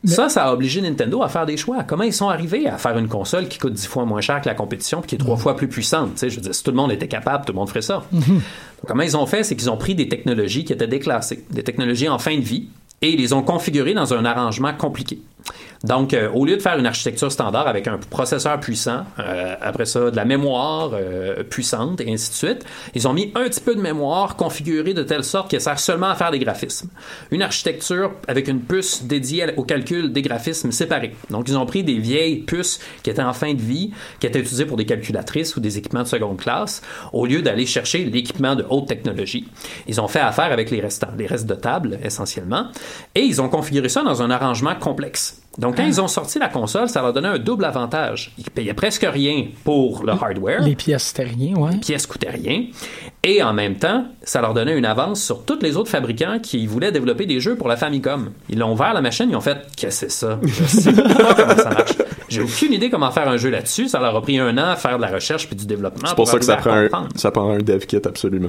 Mais... Ça, ça a obligé Nintendo à faire des choix. Comment ils sont arrivés à faire une console qui coûte dix fois moins cher que la compétition puis qui est trois mmh. fois plus puissante? Tu sais, je veux dire, si tout le monde était capable, tout le monde ferait ça. Mmh. Donc, comment ils ont fait? C'est qu'ils ont pris des technologies qui étaient déclassées, des technologies en fin de vie, et ils les ont configurées dans un arrangement compliqué. Donc, euh, au lieu de faire une architecture standard avec un processeur puissant, euh, après ça, de la mémoire euh, puissante, et ainsi de suite, ils ont mis un petit peu de mémoire configurée de telle sorte qu'elle sert seulement à faire des graphismes. Une architecture avec une puce dédiée au calcul des graphismes séparés. Donc, ils ont pris des vieilles puces qui étaient en fin de vie, qui étaient utilisées pour des calculatrices ou des équipements de seconde classe, au lieu d'aller chercher l'équipement de haute technologie. Ils ont fait affaire avec les restants, les restes de table, essentiellement, et ils ont configuré ça dans un arrangement complexe. Donc, quand ah. ils ont sorti la console, ça leur donnait un double avantage. Ils payaient presque rien pour le hardware. Les pièces coûtaient rien, ouais. Les pièces coûtaient rien. Et en même temps, ça leur donnait une avance sur tous les autres fabricants qui voulaient développer des jeux pour la Famicom. Ils l'ont ouvert la machine, ils ont fait « Qu'est-ce que c'est ça? Je sais pas comment ça marche. J'ai aucune idée comment faire un jeu là-dessus. Ça leur a pris un an à faire de la recherche puis du développement. C'est pour, pour ça que ça prend, un, ça prend un dev kit, absolument.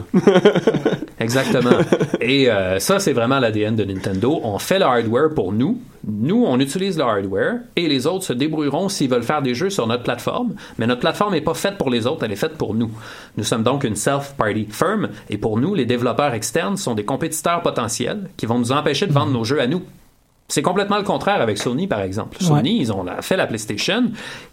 Exactement. Et euh, ça, c'est vraiment l'A D N de Nintendo. On fait le hardware pour nous. Nous, on utilise le hardware et les autres se débrouilleront s'ils veulent faire des jeux sur notre plateforme. Mais notre plateforme n'est pas faite pour les autres, elle est faite pour nous. Nous sommes donc une self-party firm et pour nous, les développeurs externes sont des compétiteurs potentiels qui vont nous empêcher de vendre nos jeux à nous. C'est complètement le contraire avec Sony, par exemple. Sony, ouais. ils ont fait la PlayStation.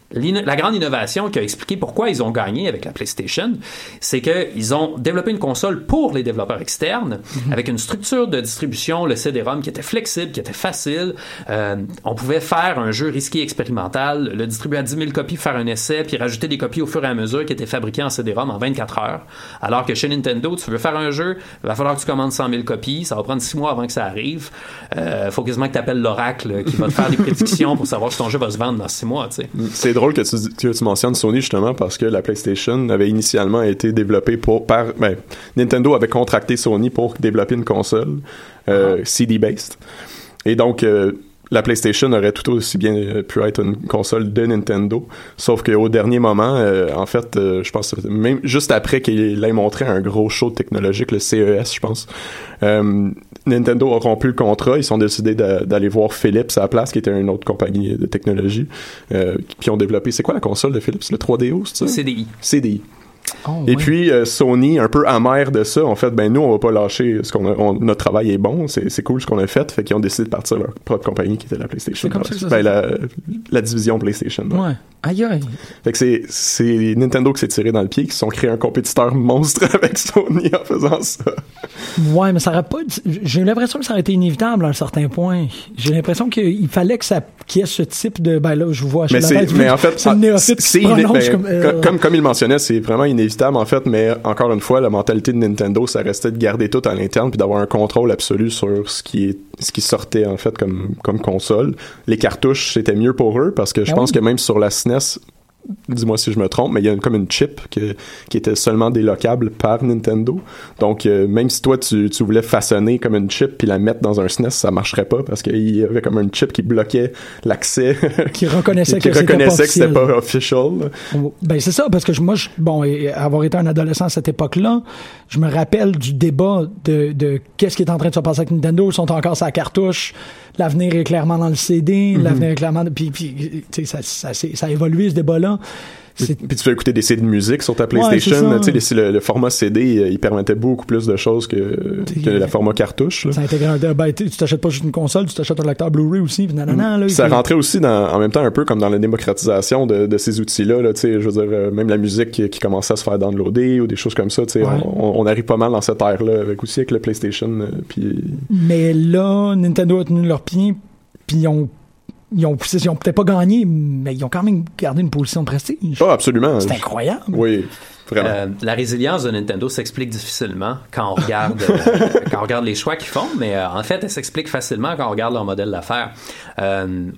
La grande innovation qui a expliqué pourquoi ils ont gagné avec la PlayStation, c'est qu'ils ont développé une console pour les développeurs externes, mm-hmm. avec une structure de distribution, le C D-ROM qui était flexible, qui était facile. Euh, on pouvait faire un jeu risqué expérimental, le distribuer à dix mille copies, faire un essai, puis rajouter des copies au fur et à mesure qui étaient fabriquées en C D-ROM en vingt-quatre heures. Alors que chez Nintendo, tu veux faire un jeu, il va falloir que tu commandes cent mille copies, ça va prendre six mois avant que ça arrive. Il euh, faut quasiment que tu appelles l'oracle qui va te faire des prédictions pour savoir si ton jeu va se vendre dans six mois. Tu sais. C'est drôle que tu, que tu mentionnes Sony justement parce que la PlayStation avait initialement été développée pour, par ben, Nintendo avait contracté Sony pour développer une console euh, ah. C D-based et donc euh, la PlayStation aurait tout aussi bien pu être une console de Nintendo, sauf qu'au dernier moment, euh, en fait, euh, je pense même juste après qu'il ait montré un gros show technologique, le C E S, je pense, euh, Nintendo a rompu le contrat, ils sont décidés de, d'aller voir Philips à la place, qui était une autre compagnie de technologie, euh, qui ont développé, c'est quoi la console de Philips, le trois D O, c'est ça? C D I. C D I. Oh, et ouais. puis euh, Sony, un peu amer de ça, en fait, ben nous on va pas lâcher ce qu'on a, on, notre travail est bon, c'est, c'est cool ce qu'on a fait, fait qu'ils ont décidé de partir leur propre compagnie qui était la PlayStation. C'est comme ça que ça ben, la, la division PlayStation. Ouais. ouais. Aïe aïe. Fait que c'est, c'est Nintendo qui s'est tiré dans le pied, qui se sont créés un compétiteur monstre avec Sony en faisant ça. Ouais, mais ça aurait pas. J'ai eu l'impression que ça aurait été inévitable à un certain point. J'ai l'impression qu'il fallait que ça qu'il y ait ce type de. Ben là, je vous vois. Mais c'est, tête, mais en fait, c'est, ah, c'est, c'est iné- ben, comme, euh... comme comme il mentionnait, c'est vraiment inévitable en fait. Mais encore une fois, la mentalité de Nintendo, ça restait de garder tout à l'interne puis d'avoir un contrôle absolu sur ce qui est ce qui sortait en fait comme comme console. Les cartouches, c'était mieux pour eux parce que je ah pense oui. que même sur la S N E S, dis-moi si je me trompe, mais il y a une, comme une chip que, qui était seulement délocable par Nintendo. Donc, euh, même si toi, tu, tu voulais façonner comme une chip puis la mettre dans un S N E S, ça marcherait pas parce qu'il y avait comme une chip qui bloquait l'accès. Qui reconnaissait qui, que, qui reconnaissait c'était que c'était pas official. Ben, c'est ça, parce que moi, je, bon, et avoir été un adolescent à cette époque-là, je me rappelle du débat de, de qu'est-ce qui est en train de se passer avec Nintendo. Ils sont encore sur la cartouche. L'avenir est clairement dans le C D. Mm-hmm. L'avenir est clairement... Puis, puis tu sais, ça, ça, ça a évolué, ce débat-là. C'est... Puis tu fais écouter des C D de musique sur ta PlayStation. Ouais, tu sais, le, le format C D, il permettait beaucoup plus de choses que, que le format cartouche. Là. Ça intégrait un... Ben, tu t'achètes pas juste une console, tu t'achètes un lecteur Blu-ray aussi. Puis nanana, là, ça puis... rentrait aussi dans, en même temps un peu comme dans la démocratisation de, de ces outils-là. Là, tu sais, je veux dire, euh, même la musique qui, qui commençait à se faire downloader ou des choses comme ça. Tu sais, ouais. on, on arrive pas mal dans cette ère-là avec aussi avec le PlayStation. Euh, puis... Mais là, Nintendo a tenu leur pied, puis ils ont Ils ont, ils ont peut-être pas gagné, mais ils ont quand même gardé une position de prestige. Oh, absolument. C'est incroyable. Oui, vraiment. Euh, la résilience de Nintendo s'explique difficilement quand on regarde, euh, quand on regarde les choix qu'ils font, mais euh, en fait, elle s'explique facilement quand on regarde leur modèle d'affaires. Euh,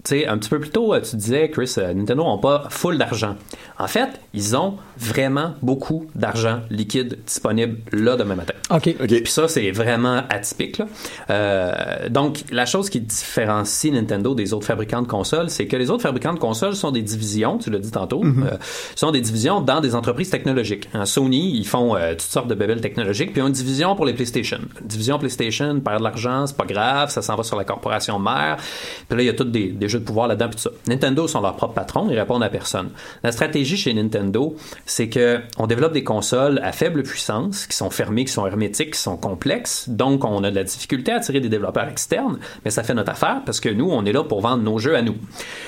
tu sais, un petit peu plus tôt, tu disais, Chris, euh, Nintendo n'ont pas full d'argent. En fait, ils ont vraiment beaucoup d'argent liquide disponible là demain matin. OK. okay. Puis ça, c'est vraiment atypique, là. Euh, donc, la chose qui différencie Nintendo des autres fabricants de consoles, c'est que les autres fabricants de consoles sont des divisions, tu l'as dit tantôt, mm-hmm. euh, sont des divisions dans des entreprises technologiques. Hein, Sony, ils font euh, toutes sortes de bébelles technologiques, puis ils ont une division pour les PlayStation. Une division PlayStation perd de l'argent, c'est pas grave, ça s'en va sur la corporation mère. Puis là, il y a toutes des, des jeux de pouvoir là-dedans, puis tout ça. Nintendo sont leurs propres patrons, ils répondent à personne. La stratégie chez Nintendo, c'est que on développe des consoles à faible puissance, qui sont fermées, qui sont hermétiques, qui sont complexes, donc on a de la difficulté à attirer des développeurs externes, mais ça fait notre affaire, parce que nous, on est là pour vendre nos jeux à nous.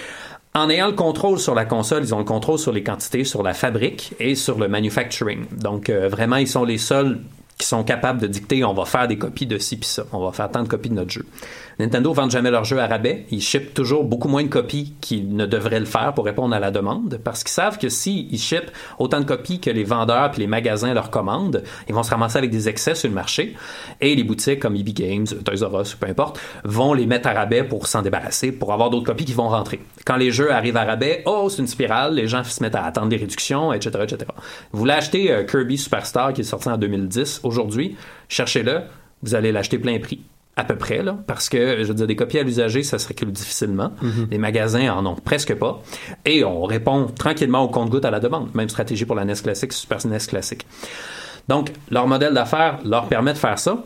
En ayant le contrôle sur la console, ils ont le contrôle sur les quantités, sur la fabrique et sur le manufacturing. Donc, euh, vraiment, ils sont les seuls qui sont capables de dicter on va faire des copies de ci pis ça, on va faire tant de copies de notre jeu. Nintendo ne vend jamais leurs jeux à rabais, ils shippent toujours beaucoup moins de copies qu'ils ne devraient le faire pour répondre à la demande, parce qu'ils savent que s'ils shippent autant de copies que les vendeurs puis les magasins leur commandent, ils vont se ramasser avec des excès sur le marché, et les boutiques comme E B Games, Toys R Us, peu importe, vont les mettre à rabais pour s'en débarrasser, pour avoir d'autres copies qui vont rentrer. Quand les jeux arrivent à rabais, oh, c'est une spirale, les gens se mettent à attendre des réductions, et cetera, et cetera. Vous voulez acheter euh, Kirby Superstar qui est sorti en deux mille dix, aujourd'hui, cherchez-le, vous allez l'acheter plein prix. À peu près, là, parce que, je veux dire, des copies à l'usager, ça se recule difficilement. Mm-hmm. Les magasins en ont presque pas. Et on répond tranquillement au compte-gouttes à la demande. Même stratégie pour la N E S classique, Super N E S classique. Donc, leur modèle d'affaires leur permet de faire ça.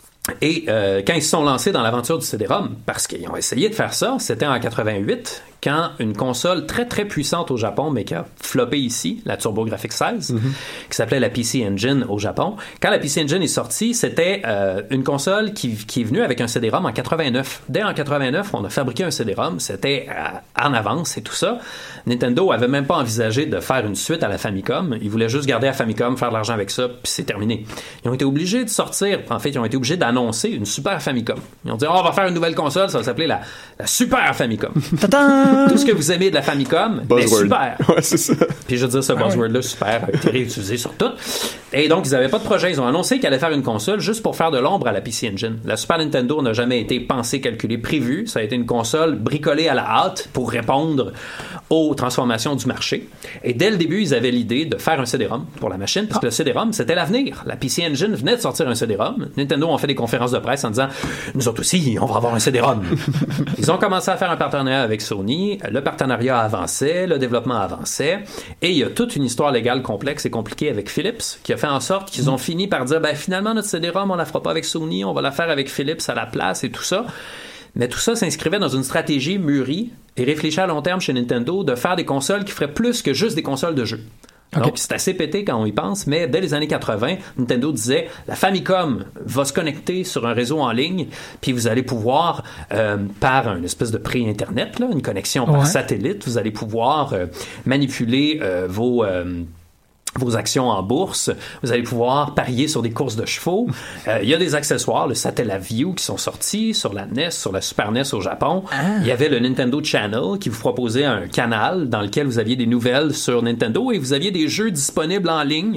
Et euh, quand ils se sont lancés dans l'aventure du C D-ROM, parce qu'ils ont essayé de faire ça, c'était en quatre-vingt-huit, quand une console très très puissante au Japon, mais qui a floppé ici, la TurboGrafx seize, mm-hmm. qui s'appelait la P C Engine au Japon. Quand la P C Engine est sortie, c'était euh, une console qui, qui est venue avec un C D-ROM en quatre-vingt-neuf. Dès en quatre-vingt-neuf, on a fabriqué un C D-ROM, c'était euh, en avance et tout ça. Nintendo avait même pas envisagé de faire une suite à la Famicom. Ils voulaient juste garder la Famicom, faire de l'argent avec ça, puis c'est terminé. Ils ont été obligés de sortir, en fait, ils ont été obligés d'annoncer une Super Famicom. Ils ont dit, oh, on va faire une nouvelle console, ça va s'appeler la, la Super Famicom. Tout ce que vous aimez de la Famicom, mais super. Ouais, c'est ça. Puis je veux dire, ce ah buzzword-là, ouais. super, a été réutilisé sur tout. Et donc, ils n'avaient pas de projet. Ils ont annoncé qu'ils allaient faire une console juste pour faire de l'ombre à la P C Engine. La Super Nintendo n'a jamais été pensée, calculée, prévue. Ça a été une console bricolée à la hâte pour répondre aux transformations du marché. Et dès le début, ils avaient l'idée de faire un C D-ROM pour la machine, parce que le C D-ROM, c'était l'avenir. La P C Engine venait de sortir un C D-ROM. Nintendo ont fait des conférences de presse en disant, nous autres aussi, on va avoir un C D-ROM. Ils ont commencé à faire un partenariat avec Sony. Le partenariat avançait, le développement avançait, et il y a toute une histoire légale complexe et compliquée avec Philips, qui a fait en sorte qu'ils ont fini par dire, ben finalement, notre C D-ROM, on la fera pas avec Sony, on va la faire avec Philips à la place et tout ça. Mais tout ça s'inscrivait dans une stratégie mûrie et réfléchie à long terme chez Nintendo de faire des consoles qui feraient plus que juste des consoles de jeux. Okay. Donc, c'est assez pété quand on y pense, mais dès les années quatre-vingt, Nintendo disait, la Famicom va se connecter sur un réseau en ligne, puis vous allez pouvoir, euh, par une espèce de pré-internet, là, une connexion par ouais. satellite, vous allez pouvoir euh, manipuler euh, vos... Euh, vos actions en bourse, vous allez pouvoir parier sur des courses de chevaux. Euh, il y a des accessoires, le Satellaview qui sont sortis sur la N E S, sur la Super N E S au Japon. Ah. Il y avait le Nintendo Channel qui vous proposait un canal dans lequel vous aviez des nouvelles sur Nintendo et vous aviez des jeux disponibles en ligne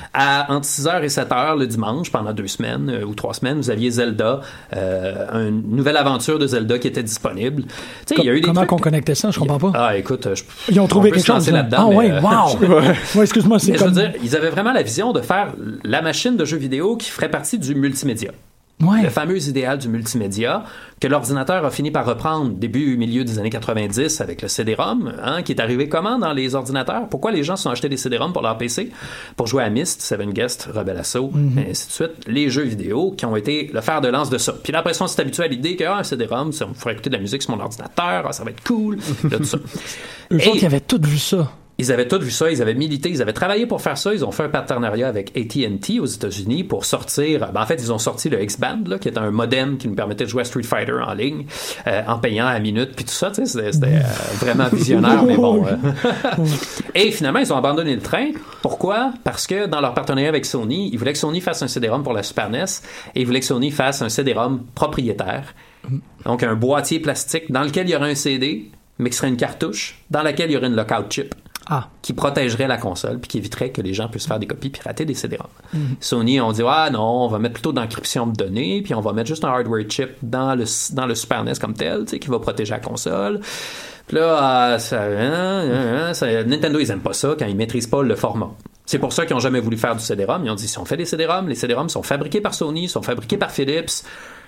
à entre six heures et sept heures le dimanche pendant deux semaines euh, ou trois semaines. Vous aviez Zelda, euh, une nouvelle aventure de Zelda qui était disponible. Com- il y a eu des comment trucs... qu'on connectait ça? Je comprends pas. Ah, écoute, je... ils ont trouvé quelque chose là-dedans. Ah ouais, euh... wow! ouais, excuse-moi, c'est comme... Je veux dire, ils avaient vraiment la vision de faire la machine de jeux vidéo qui ferait partie du multimédia. Ouais. Le fameux idéal du multimédia que l'ordinateur a fini par reprendre début, milieu des années quatre-vingt-dix avec le C D-ROM, hein, qui est arrivé comment dans les ordinateurs? Pourquoi les gens se sont achetés des C D-ROM pour leur P C? Pour jouer à Myst, Seven Guest, Rebel Assault, mm-hmm. et ainsi de suite. Les jeux vidéo qui ont été le fer de lance de ça. Puis là, après ça, on s'est habitué à l'idée que ah, un C D-ROM, ça me ferait écouter de la musique sur mon ordinateur, ah, ça va être cool, là, tout ça. Eux autres, ils avaient tous vu ça. Ils avaient tous vu ça, ils avaient milité, ils avaient travaillé pour faire ça. Ils ont fait un partenariat avec A T and T aux États-Unis pour sortir. Ben en fait, ils ont sorti le X-Band, là, qui est un modem qui nous permettait de jouer à Street Fighter en ligne, euh, en payant à la minute, puis tout ça. Tu sais, c'était, c'était euh, vraiment visionnaire, mais bon. Euh. Et finalement, ils ont abandonné le train. Pourquoi? Parce que dans leur partenariat avec Sony, ils voulaient que Sony fasse un C D-ROM pour la Super N E S et ils voulaient que Sony fasse un C D-ROM propriétaire. Donc, un boîtier plastique dans lequel il y aurait un C D, mais qui serait une cartouche, dans laquelle il y aurait une lockout chip. ah. qui protégerait la console puis qui éviterait que les gens puissent faire des copies piratées des C D-ROM. Mm-hmm. Sony, on dit ah non, on va mettre plutôt d'encryption de données puis on va mettre juste un hardware chip dans le dans le Super N E S comme tel, tu sais, qui va protéger la console. Puis là, euh, ça, hein, hein, ça, Nintendo, ils aiment pas ça quand ils maîtrisent pas le format. C'est pour ça qu'ils ont jamais voulu faire du C D-ROM. Ils ont dit si on fait des C D-ROM, les C D-ROM sont fabriqués par Sony, sont fabriqués par Philips.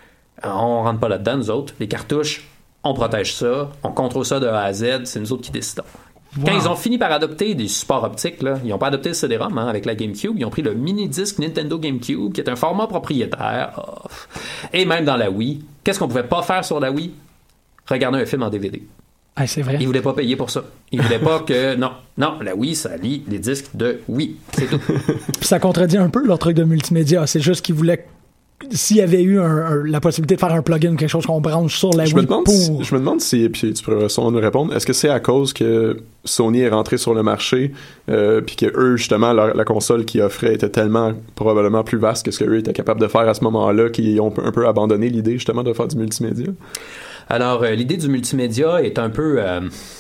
On rentre pas là-dedans, nous autres. Les cartouches, on protège ça, on contrôle ça de A à Z, c'est nous autres qui décidons. Wow. Quand ils ont fini par adopter des supports optiques, là, ils n'ont pas adopté le C D-ROM hein, avec la GameCube, ils ont pris le mini-disque Nintendo GameCube, qui est un format propriétaire. Oh. Et même dans la Wii, qu'est-ce qu'on pouvait pas faire sur la Wii? Regarder un film en D V D. Ah, c'est vrai. Ils voulaient pas payer pour ça. Ils voulaient pas que... Non, non, la Wii, ça lit les disques de Wii. C'est tout. Puis ça contredit un peu leur truc de multimédia. C'est juste qu'ils voulaient... S'il y avait eu un, un, la possibilité de faire un plugin ou quelque chose qu'on branche sur la je Wii me demande pour... Si, je me demande si, puis tu pourrais sûrement nous répondre, est-ce que c'est à cause que Sony est rentré sur le marché euh, puis que eux, justement, la, la console qu'ils offraient était tellement probablement plus vaste que ce qu'eux étaient capables de faire à ce moment-là qu'ils ont un peu abandonné l'idée, justement, de faire du multimédia? Alors, euh, l'idée du multimédia est un peu... Euh...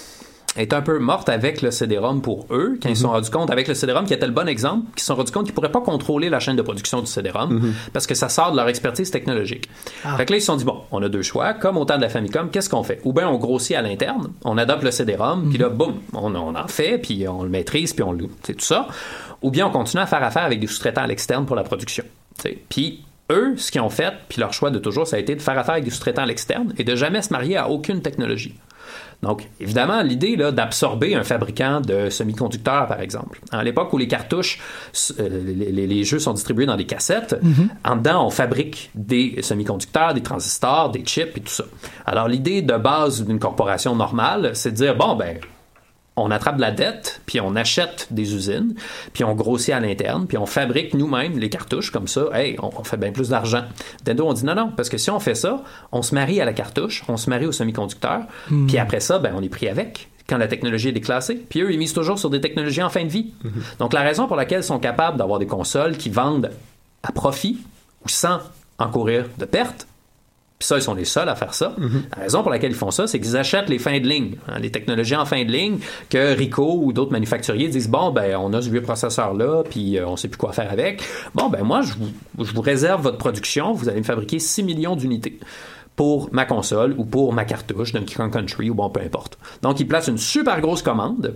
est un peu morte avec le C D-ROM pour eux, quand mm-hmm. ils se sont rendus compte, avec le C D-ROM qui était le bon exemple, qu'ils se sont rendus compte qu'ils ne pourraient pas contrôler la chaîne de production du C D-ROM mm-hmm. parce que ça sort de leur expertise technologique. Ah. Fait que là, ils se sont dit, bon, on a deux choix, comme au temps de la Famicom, qu'est-ce qu'on fait? Ou bien on grossit à l'interne, on adopte le C D-ROM, mm-hmm. puis là, boum, on, on en fait, puis on le maîtrise, puis on le... c'est tout ça. Ou bien on continue à faire affaire avec des sous-traitants à l'externe pour la production. T'sais. Puis eux, ce qu'ils ont fait, puis leur choix de toujours, ça a été de faire affaire avec des sous-traitants à l'externe et de jamais se marier à aucune technologie. Donc, évidemment, l'idée là, d'absorber un fabricant de semi-conducteurs, par exemple. À l'époque où les cartouches, euh, les, les, les jeux sont distribués dans des cassettes, mm-hmm. en dedans, on fabrique des semi-conducteurs, des transistors, des chips et tout ça. Alors, l'idée de base d'une corporation normale, c'est de dire, bon, ben, on attrape de la dette, puis on achète des usines, puis on grossit à l'interne, puis on fabrique nous-mêmes les cartouches comme ça. Hey, on, on fait bien plus d'argent. Nintendo, on dit non, non, parce que si on fait ça, on se marie à la cartouche, on se marie au semi-conducteur, mm. puis après ça, ben, on est pris avec quand la technologie est déclassée. Puis eux, ils misent toujours sur des technologies en fin de vie. Mm-hmm. Donc, la raison pour laquelle ils sont capables d'avoir des consoles qui vendent à profit ou sans encourir de pertes, puis ça, ils sont les seuls à faire ça. Mm-hmm. La raison pour laquelle ils font ça, c'est qu'ils achètent les fins de ligne, hein, les technologies en fin de ligne, que Ricoh ou d'autres manufacturiers disent, bon, ben, on a ce vieux processeur-là, puis euh, on sait plus quoi faire avec. Bon, ben, moi, je vous, je vous réserve votre production, vous allez me fabriquer six millions d'unités pour ma console ou pour ma cartouche d'un Donkey Kong Country ou bon, peu importe. Donc, ils placent une super grosse commande.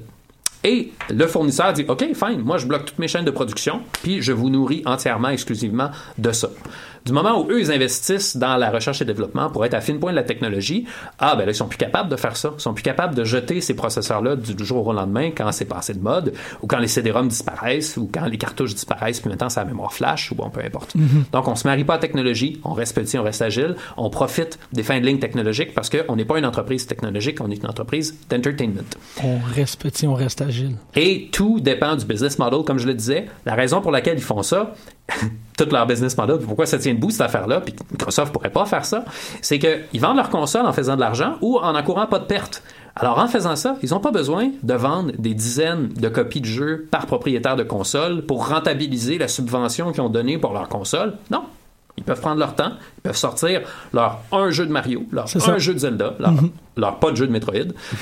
Et le fournisseur dit, OK, fine, moi je bloque toutes mes chaînes de production, puis je vous nourris entièrement, exclusivement de ça. Du moment où eux, ils investissent dans la recherche et développement pour être à fine pointe de la technologie, ah, ben là, ils sont plus capables de faire ça. Ils sont plus capables de jeter ces processeurs-là du jour au lendemain quand c'est passé de mode, ou quand les C D-ROM disparaissent, ou quand les cartouches disparaissent, puis maintenant c'est la mémoire flash, ou bon, peu importe. Mm-hmm. Donc, on se marie pas à la technologie, on reste petit, on reste agile, on profite des fins de ligne technologiques parce qu'on n'est pas une entreprise technologique, on est une entreprise d'entertainment. On reste petit, on reste agile. Et tout dépend du business model, comme je le disais. La raison pour laquelle ils font ça, tout leur business model, pourquoi ça tient debout cette affaire-là, puis Microsoft pourrait pas faire ça, c'est qu'ils vendent leur console en faisant de l'argent ou en encourant pas de perte. Alors, en faisant ça, ils n'ont pas besoin de vendre des dizaines de copies de jeux par propriétaire de console pour rentabiliser la subvention qu'ils ont donnée pour leur console. Non. Ils peuvent prendre leur temps, ils peuvent sortir leur un jeu de Mario, leur c'est un ça. jeu de Zelda, leur, mm-hmm. leur pas de jeu de Metroid,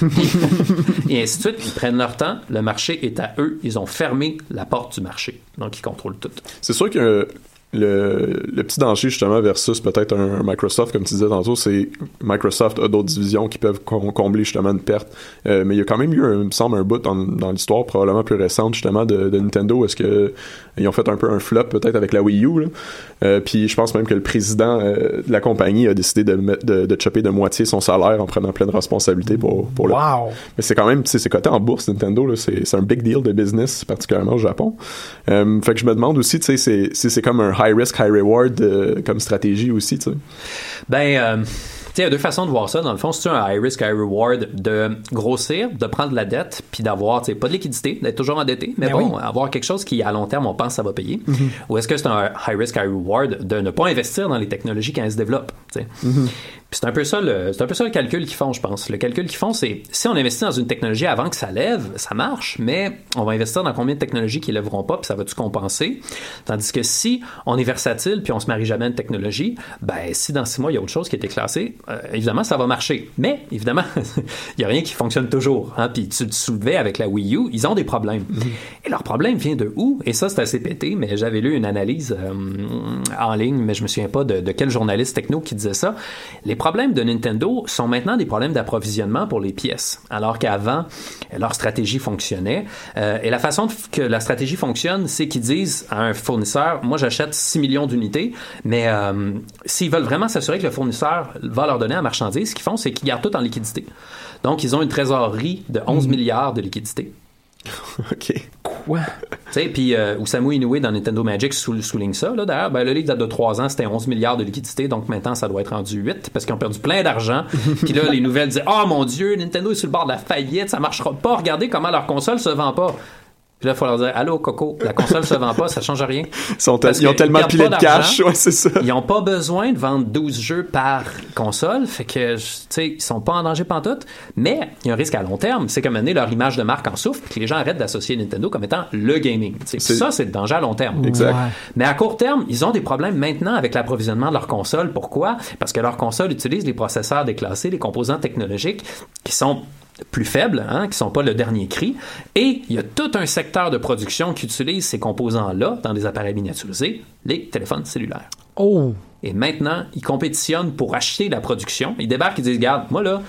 et ainsi de suite. Ils prennent leur temps, le marché est à eux, ils ont fermé la porte du marché, donc ils contrôlent tout. C'est sûr que le, le petit danger justement versus peut-être un, un Microsoft, comme tu disais tantôt, c'est Microsoft a d'autres divisions qui peuvent com- combler justement une perte, euh, mais il y a quand même eu, un, il me semble, un bout dans, dans l'histoire probablement plus récente justement de, de Nintendo, est-ce que ils ont fait un peu un flop peut-être avec la Wii U, là. Euh, puis je pense même que le président euh, de la compagnie a décidé de, mettre, de, de chopper de moitié son salaire en prenant pleine responsabilité pour, pour le... Wow! Mais c'est quand même, tu sais, c'est coté en bourse Nintendo, là, c'est, c'est un big deal de business, particulièrement au Japon. Euh, fait que je me demande aussi, tu sais, c'est, c'est, c'est comme un high risk, high reward euh, comme stratégie aussi, tu sais. Ben... Euh... Il y a deux façons de voir ça. Dans le fond, c'est un high risk, high reward de grossir, de prendre de la dette, puis d'avoir pas de liquidité, d'être toujours endetté, mais, mais bon, oui. avoir quelque chose qui, à long terme, on pense que ça va payer. Mm-hmm. Ou est-ce que c'est un high risk, high reward de ne pas investir dans les technologies quand elles se développent? Mm-hmm. Puis c'est un peu ça le, c'est un peu ça le calcul qu'ils font, je pense. Le calcul qu'ils font, c'est si on investit dans une technologie avant que ça lève, ça marche, mais on va investir dans combien de technologies qui lèveront pas, puis ça va-tu compenser? Tandis que si on est versatile, puis on se marie jamais à une technologie, ben si dans six mois il y a autre chose qui a été classée, euh, évidemment ça va marcher. Mais évidemment, il y a rien qui fonctionne toujours. Hein? Puis tu te soulevais avec la Wii U, ils ont des problèmes. Mm-hmm. Et leur problème vient de où? Et ça c'est assez pété, mais j'avais lu une analyse euh, en ligne, mais je me souviens pas de, de quel journaliste techno qui disait ça. Les problèmes de Nintendo sont maintenant des problèmes d'approvisionnement pour les pièces, alors qu'avant, leur stratégie fonctionnait. Euh, et la façon que la stratégie fonctionne, c'est qu'ils disent à un fournisseur, moi j'achète six millions d'unités, mais euh, s'ils veulent vraiment s'assurer que le fournisseur va leur donner la marchandise, ce qu'ils font, c'est qu'ils gardent tout en liquidité. Donc, ils ont une trésorerie de onze mmh. milliards de liquidité. OK. Quoi? Tu sais, puis euh, Osamu Inoue dans Nintendo Magic sou- souligne ça, là, d'ailleurs. Ben, le livre date de trois ans, c'était onze milliards de liquidité, donc maintenant, ça doit être rendu huit, parce qu'ils ont perdu plein d'argent. Puis là, les nouvelles disaient « Oh mon Dieu, Nintendo est sur le bord de la faillite, ça marchera pas, regardez comment leur console se vend pas. » Puis là, il faut leur dire « Allô, Coco, la console se vend pas, ça change rien. » Ils, te- ils ont tellement pilé de cash, ouais, c'est ça. Ils n'ont pas besoin de vendre douze jeux par console, fait que, tu sais, ils sont pas en danger pantoute, mais il y a un risque à long terme, c'est comme mener leur image de marque en souffle, puis que les gens arrêtent d'associer Nintendo comme étant le gaming. C'est... Ça, c'est le danger à long terme. Exact. Ouais. Mais à court terme, ils ont des problèmes maintenant avec l'approvisionnement de leur console. Pourquoi? Parce que leur console utilise les processeurs déclassés, les composants technologiques qui sont plus faibles, hein, qui sont pas le dernier cri, et il y a tout un secteur de production qui utilise ces composants-là dans des appareils miniaturisés, les téléphones cellulaires. Oh! Et maintenant, ils compétitionnent pour acheter la production. Ils débarquent et disent, regarde, moi là,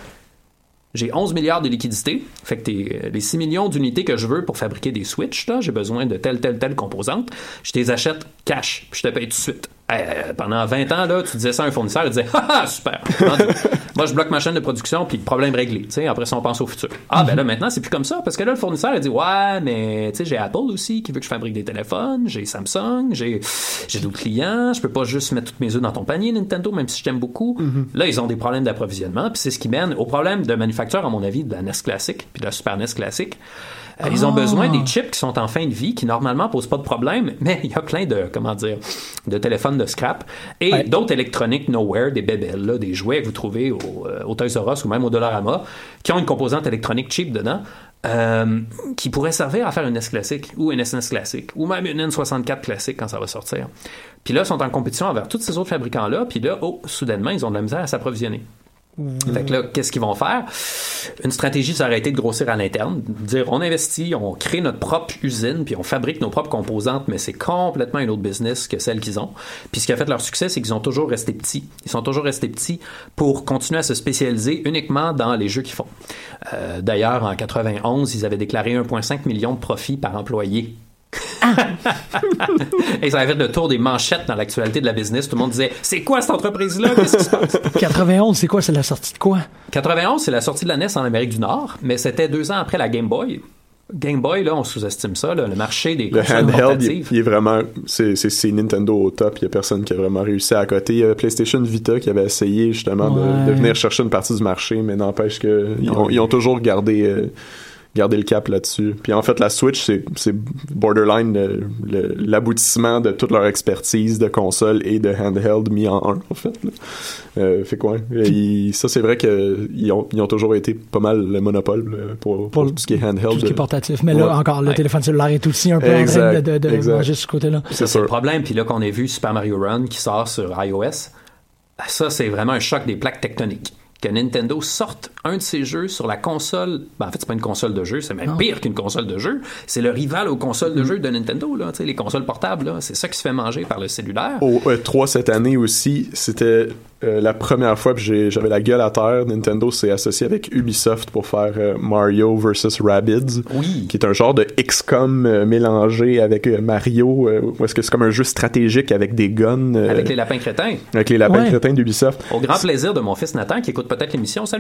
j'ai onze milliards de liquidités, fait que t'es, les six millions d'unités que je veux pour fabriquer des Switch, là, j'ai besoin de telle, telle, telle composante, je les achète cash, puis je te paye tout de suite. Euh, pendant vingt ans, là, tu disais ça à un fournisseur, il disait « Ah, super! » Moi, je bloque ma chaîne de production, puis problème réglé. T'sais, après ça, on pense au futur. Ah, ben là, maintenant, c'est plus comme ça, parce que là, le fournisseur, il dit « Ouais, mais j'ai Apple aussi qui veut que je fabrique des téléphones, j'ai Samsung, j'ai, j'ai d'autres clients, je peux pas juste mettre toutes mes œufs dans ton panier, Nintendo, même si je t'aime beaucoup. Mm-hmm. » Là, ils ont des problèmes d'approvisionnement, puis c'est ce qui mène au problème de manufacture, à mon avis, de la N E S classique, puis de la Super N E S classique. Euh, ils ont besoin des chips qui sont en fin de vie, qui normalement posent pas de problème, mais il y a plein de, comment dire, de téléphones de scrap et ouais. d'autres électroniques nowhere, des bébelles, là, des jouets que vous trouvez au, euh, au Toys R Us ou même au Dollarama, qui ont une composante électronique cheap dedans, euh, qui pourrait servir à faire une N E S classique ou une S N E S classique ou même une N soixante-quatre classique quand ça va sortir. Puis là, ils sont en compétition envers tous ces autres fabricants-là, puis là, oh, soudainement, ils ont de la misère à s'approvisionner. Mmh. Fait que là, qu'est-ce qu'ils vont faire? Une stratégie, ça aurait été de grossir à l'interne, de dire on investit, on crée notre propre usine, puis on fabrique nos propres composantes, mais c'est complètement un autre business que celle qu'ils ont. Puis ce qui a fait leur succès, c'est qu'ils ont toujours resté petits. Ils sont toujours restés petits pour continuer à se spécialiser uniquement dans les jeux qu'ils font. Euh, d'ailleurs, en quatre-vingt-onze, ils avaient déclaré un virgule cinq million de profits par employé. Ah. Et ça avait fait le tour des manchettes dans l'actualité de la business. Tout le monde disait c'est quoi cette entreprise-là? Qu'est-ce qui se passe? quatre-vingt-onze, c'est quoi? C'est la sortie de quoi? quatre-vingt-onze, c'est la sortie de la N E S en Amérique du Nord, mais c'était deux ans après la Game Boy. Game Boy, là, on sous-estime ça, là, le marché des le consoles portatives. Il, il est vraiment... C'est, c'est, c'est Nintendo au top. Il n'y a personne qui a vraiment réussi à côté. Il y avait PlayStation Vita qui avait essayé justement ouais. de, de venir chercher une partie du marché, mais n'empêche qu'ils ont, ils ont toujours gardé... Euh, garder le cap là-dessus. Puis en fait, la Switch, c'est, c'est borderline le, le, l'aboutissement de toute leur expertise de console et de handheld mis en un, en fait. Là. Euh, fait quoi? Ils, ça, c'est vrai qu'ils ont, ils ont toujours été pas mal le monopole là, pour, pour, pour tout ce qui est handheld. Tout ce qui est portatif. Mais là, ouais. encore, le ouais. téléphone cellulaire est aussi un peu exact, en train de, de, de manger ce côté-là. C'est, c'est le problème. Puis là, qu'on a vu Super Mario Run qui sort sur iOS, ça, c'est vraiment un choc des plaques tectoniques. Que Nintendo sorte un de ses jeux sur la console. Ben, en fait, c'est pas une console de jeu, c'est même non. pire qu'une console de jeu. C'est le rival aux consoles de jeu de Nintendo, là. Tu sais, les consoles portables, là. C'est ça qui se fait manger par le cellulaire. Au E trois cette année aussi, c'était euh, la première fois que j'ai, j'avais la gueule à terre. Nintendo s'est associé avec Ubisoft pour faire euh, Mario versus Rabbids. Oui. Qui est un genre de X COM euh, mélangé avec euh, Mario. Euh, où est-ce que c'est comme un jeu stratégique avec des guns. Euh, avec les lapins crétins. Avec les lapins ouais. crétins d'Ubisoft. Au grand plaisir de mon fils Nathan qui écoute peut-être l'émission. Salut Nathan!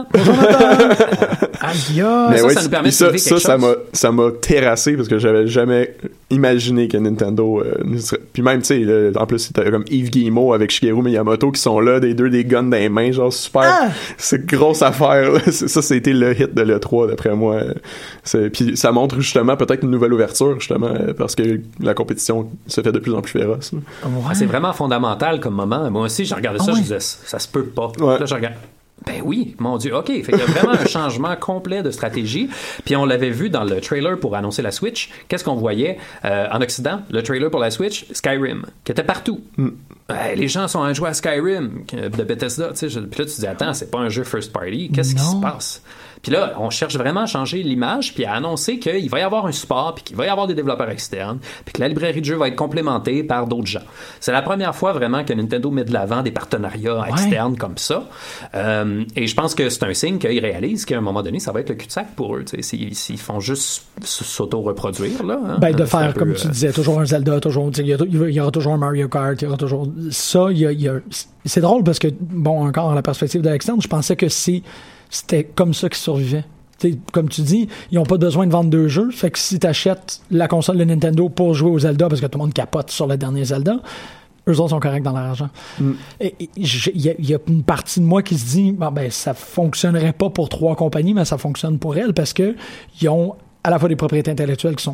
Bonjour Nathan! Aïe! Mais ça, ouais, ça nous permet de ça, trouver ça, quelque ça chose. m'a, ça m'a terrassé parce que j'avais jamais imaginé que Nintendo euh, ne serait... Puis même, tu sais, le- en plus, c'était comme Yves Guillemot avec Shigeru Miyamoto qui sont là, des deux, des guns dans les mains, genre super. Ah! C'est grosse affaire, là. C'est- Ça, c'était le hit de l'E trois, d'après moi. C'est... Puis ça montre justement peut-être une nouvelle ouverture, justement, parce que la compétition se fait de plus en plus féroce. là. Ouais. Ah, c'est vraiment fondamental comme moment. Moi aussi, j'ai regardé ça, Ah ouais. je disais, ça se peut pas. Ouais. Là, je regarde. Ben oui, mon Dieu, OK. Fait qu'il y a vraiment un changement complet de stratégie. Puis on l'avait vu dans le trailer pour annoncer la Switch. Qu'est-ce qu'on voyait euh, en Occident? Le trailer pour la Switch, Skyrim, qui était partout. Mm. Ben, les gens sont en jouer à Skyrim de Bethesda. Tu sais, puis là, tu te dis, attends, c'est pas un jeu first party. Qu'est-ce qui Non. se passe? Puis là, on cherche vraiment à changer l'image, puis à annoncer qu'il va y avoir un support, puis qu'il va y avoir des développeurs externes, puis que la librairie de jeux va être complémentée par d'autres gens. C'est la première fois vraiment que Nintendo met de l'avant des partenariats Ouais. externes comme ça. Euh, et je pense que c'est un signe qu'ils réalisent qu'à un moment donné, ça va être le cul-de-sac pour eux. tu sais. S'ils, s'ils font juste s- s'auto-reproduire, là. hein, Ben, de c'est un faire, peu, comme euh, tu disais, toujours un Zelda, toujours, tu sais, il y, a- il y a- il y aura toujours un Mario Kart, il y aura toujours ça. Il y a, il y a- c'est drôle parce que, bon, encore à la perspective de l'externe, je pensais que c'est, c'était comme ça qu'ils survivaient. Tu sais, comme tu dis, ils n'ont pas besoin de vendre deux jeux. Fait que si tu achètes la console de Nintendo pour jouer au Zelda, parce que tout le monde capote sur le dernier Zelda, eux autres sont corrects dans leur argent. Et- et j'ai- Il y, a- il y a une partie de moi qui se dit, bon, ben, ça fonctionnerait pas pour trois compagnies, mais ça fonctionne pour elles parce que ils ont à la fois des propriétés intellectuelles qui sont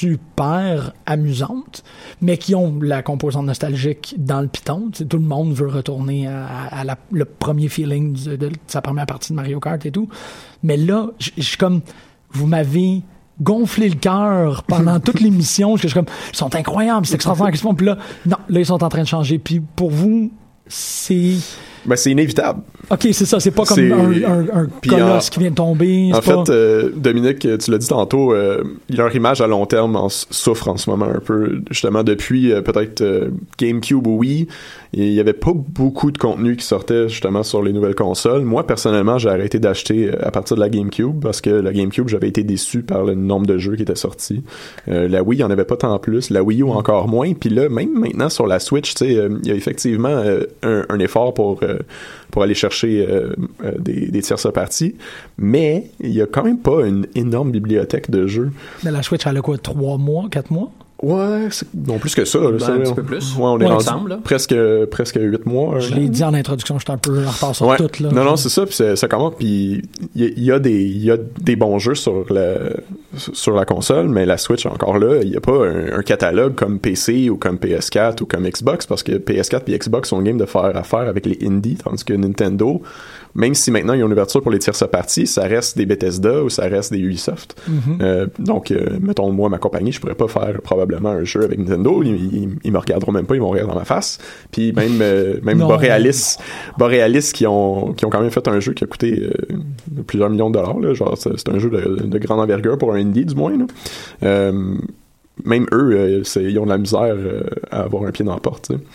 super amusantes, mais qui ont la composante nostalgique dans le piton. Tu sais, tout le monde veut retourner à, à la- le premier feeling de, de sa première partie de Mario Kart et tout. Mais là, je je suis comme, vous m'avez gonflé le cœur pendant toute l'émission. Je suis comme, ils sont incroyables, c'est extraordinaire qu'ils se font. Puis là, non, là, ils sont en train de changer. Puis pour vous, c'est... Ben, c'est inévitable. OK, c'est ça, c'est pas comme C'est- un, un, un Puis colosse en- qui vient de tomber. En c'est pas... fait, euh, Dominique, tu l'as dit tantôt, euh, leur image à long terme en s- souffre en ce moment un peu. Justement, depuis euh, peut-être euh, GameCube ou Wii, il y avait pas beaucoup de contenu qui sortait justement sur les nouvelles consoles. Moi, personnellement, j'ai arrêté d'acheter euh, à partir de la GameCube parce que la GameCube, j'avais été déçu par le nombre de jeux qui étaient sortis. Euh, la Wii, il y en avait pas tant plus. La Wii U, encore moins. Puis là, même maintenant sur la Switch, tu sais, euh, il y a effectivement euh, un, un effort pour... euh, pour aller chercher euh, euh, des, des tierces parties, mais il y a quand même pas une énorme bibliothèque de jeux. Mais la Switch, elle a quoi, trois mois, quatre mois? Ouais, c'est non plus que ça. Là, Ben, ça, un là. petit peu plus. Ouais, on est Ouais, rendu ensemble, là. presque presque huit mois. un Je an. l'ai dit en introduction, j'étais un peu en retard sur Ouais. tout. Là. Non, non, c'est ça. Puis c'est- ça commence. Puis il y, a- il y a des il y a des bons jeux sur la sur la console, mais la Switch encore là, il y a pas un, un catalogue comme P C ou comme P S quatre ou comme Xbox parce que P S quatre et Xbox sont game de faire affaire avec les indies, tandis que Nintendo, même si maintenant ils ont une ouverture pour les tierces parties, ça reste des Bethesda ou ça reste des Ubisoft. Mm-hmm. Euh, donc, euh, mettons, moi, ma compagnie, je pourrais pas faire probablement un jeu avec Nintendo. Ils, ils, ils me regarderont même pas, ils vont rire dans ma face. Puis même, euh, même Non. Borealis, Borealis qui ont, qui ont quand même fait un jeu qui a coûté euh, plusieurs millions de dollars. Là. Genre, c'est, c'est un jeu de, de grande envergure pour un indie, du moins. Là. Euh, même eux, euh, c'est, ils ont de la misère euh, à avoir un pied dans la porte. Tu sais.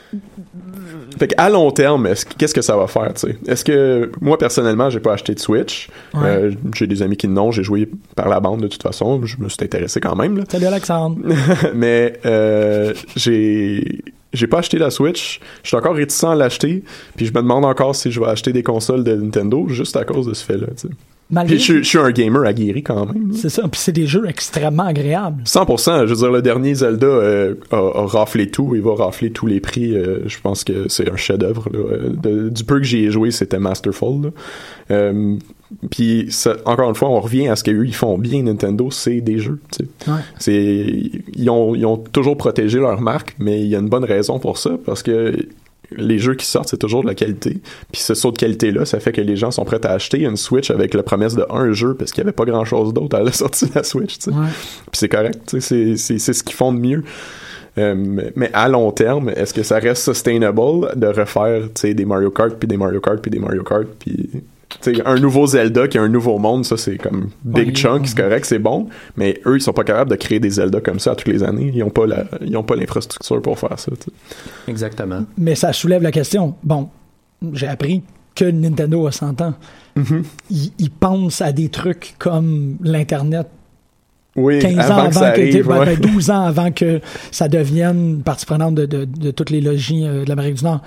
Fait qu'à long terme, est-ce, qu'est-ce que ça va faire, tu sais? Est-ce que, moi, personnellement, j'ai pas acheté de Switch. Ouais. Euh, j'ai des amis qui l'ont, j'ai joué par la bande de toute façon. Je me suis intéressé quand même, là. Salut Alexandre. Mais, euh, j'ai, j'ai pas acheté la Switch. Je suis encore réticent à l'acheter. Puis je me demande encore si je vais acheter des consoles de Nintendo juste à cause de ce fait-là, tu sais. Malgré, Puis je, je suis un gamer aguerri quand même, là. c'est ça, puis c'est des jeux extrêmement agréables. cent pour cent, je veux dire, le dernier Zelda euh, a, a raflé tout, il va rafler tous les prix. Euh, je pense que c'est un chef-d'œuvre. Là. De, du peu que j'y ai joué, c'était Masterful. Là. Euh, puis ça, encore une fois, on revient à ce qu'eux ils font bien Nintendo, c'est des jeux. Tu sais. Ouais. C'est, ils ont, ils ont toujours protégé leur marque, mais il y a une bonne raison pour ça, parce que les jeux qui sortent, c'est toujours de la qualité. Puis ce saut de qualité-là, ça fait que les gens sont prêts à acheter une Switch avec la promesse de un jeu parce qu'il n'y avait pas grand-chose d'autre à la sortie de la Switch. Tu sais. Ouais. Puis c'est correct, tu sais, c'est, c'est, c'est ce qu'ils font de mieux. Euh, mais, mais à long terme, est-ce que ça reste sustainable de refaire, tu sais, des Mario Kart, puis des Mario Kart, puis des Mario Kart, puis... Tu sais, un nouveau Zelda qui a un nouveau monde, ça c'est comme big Ouais, chunk, ouais. c'est correct, c'est bon, mais eux ils sont pas capables de créer des Zelda comme ça à toutes les années, ils ont pas la, ils ont pas l'infrastructure pour faire ça. Tu sais. Exactement. Mais ça soulève la question. Bon, j'ai appris que Nintendo a cent ans. Mm-hmm. Ils, ils pensent à des trucs comme l'Internet Oui, quinze avant ans que ça avant que, arrive, ben, ouais. ben, douze ans avant que ça devienne partie prenante de, de, de toutes les logis euh, de l'Amérique du Nord.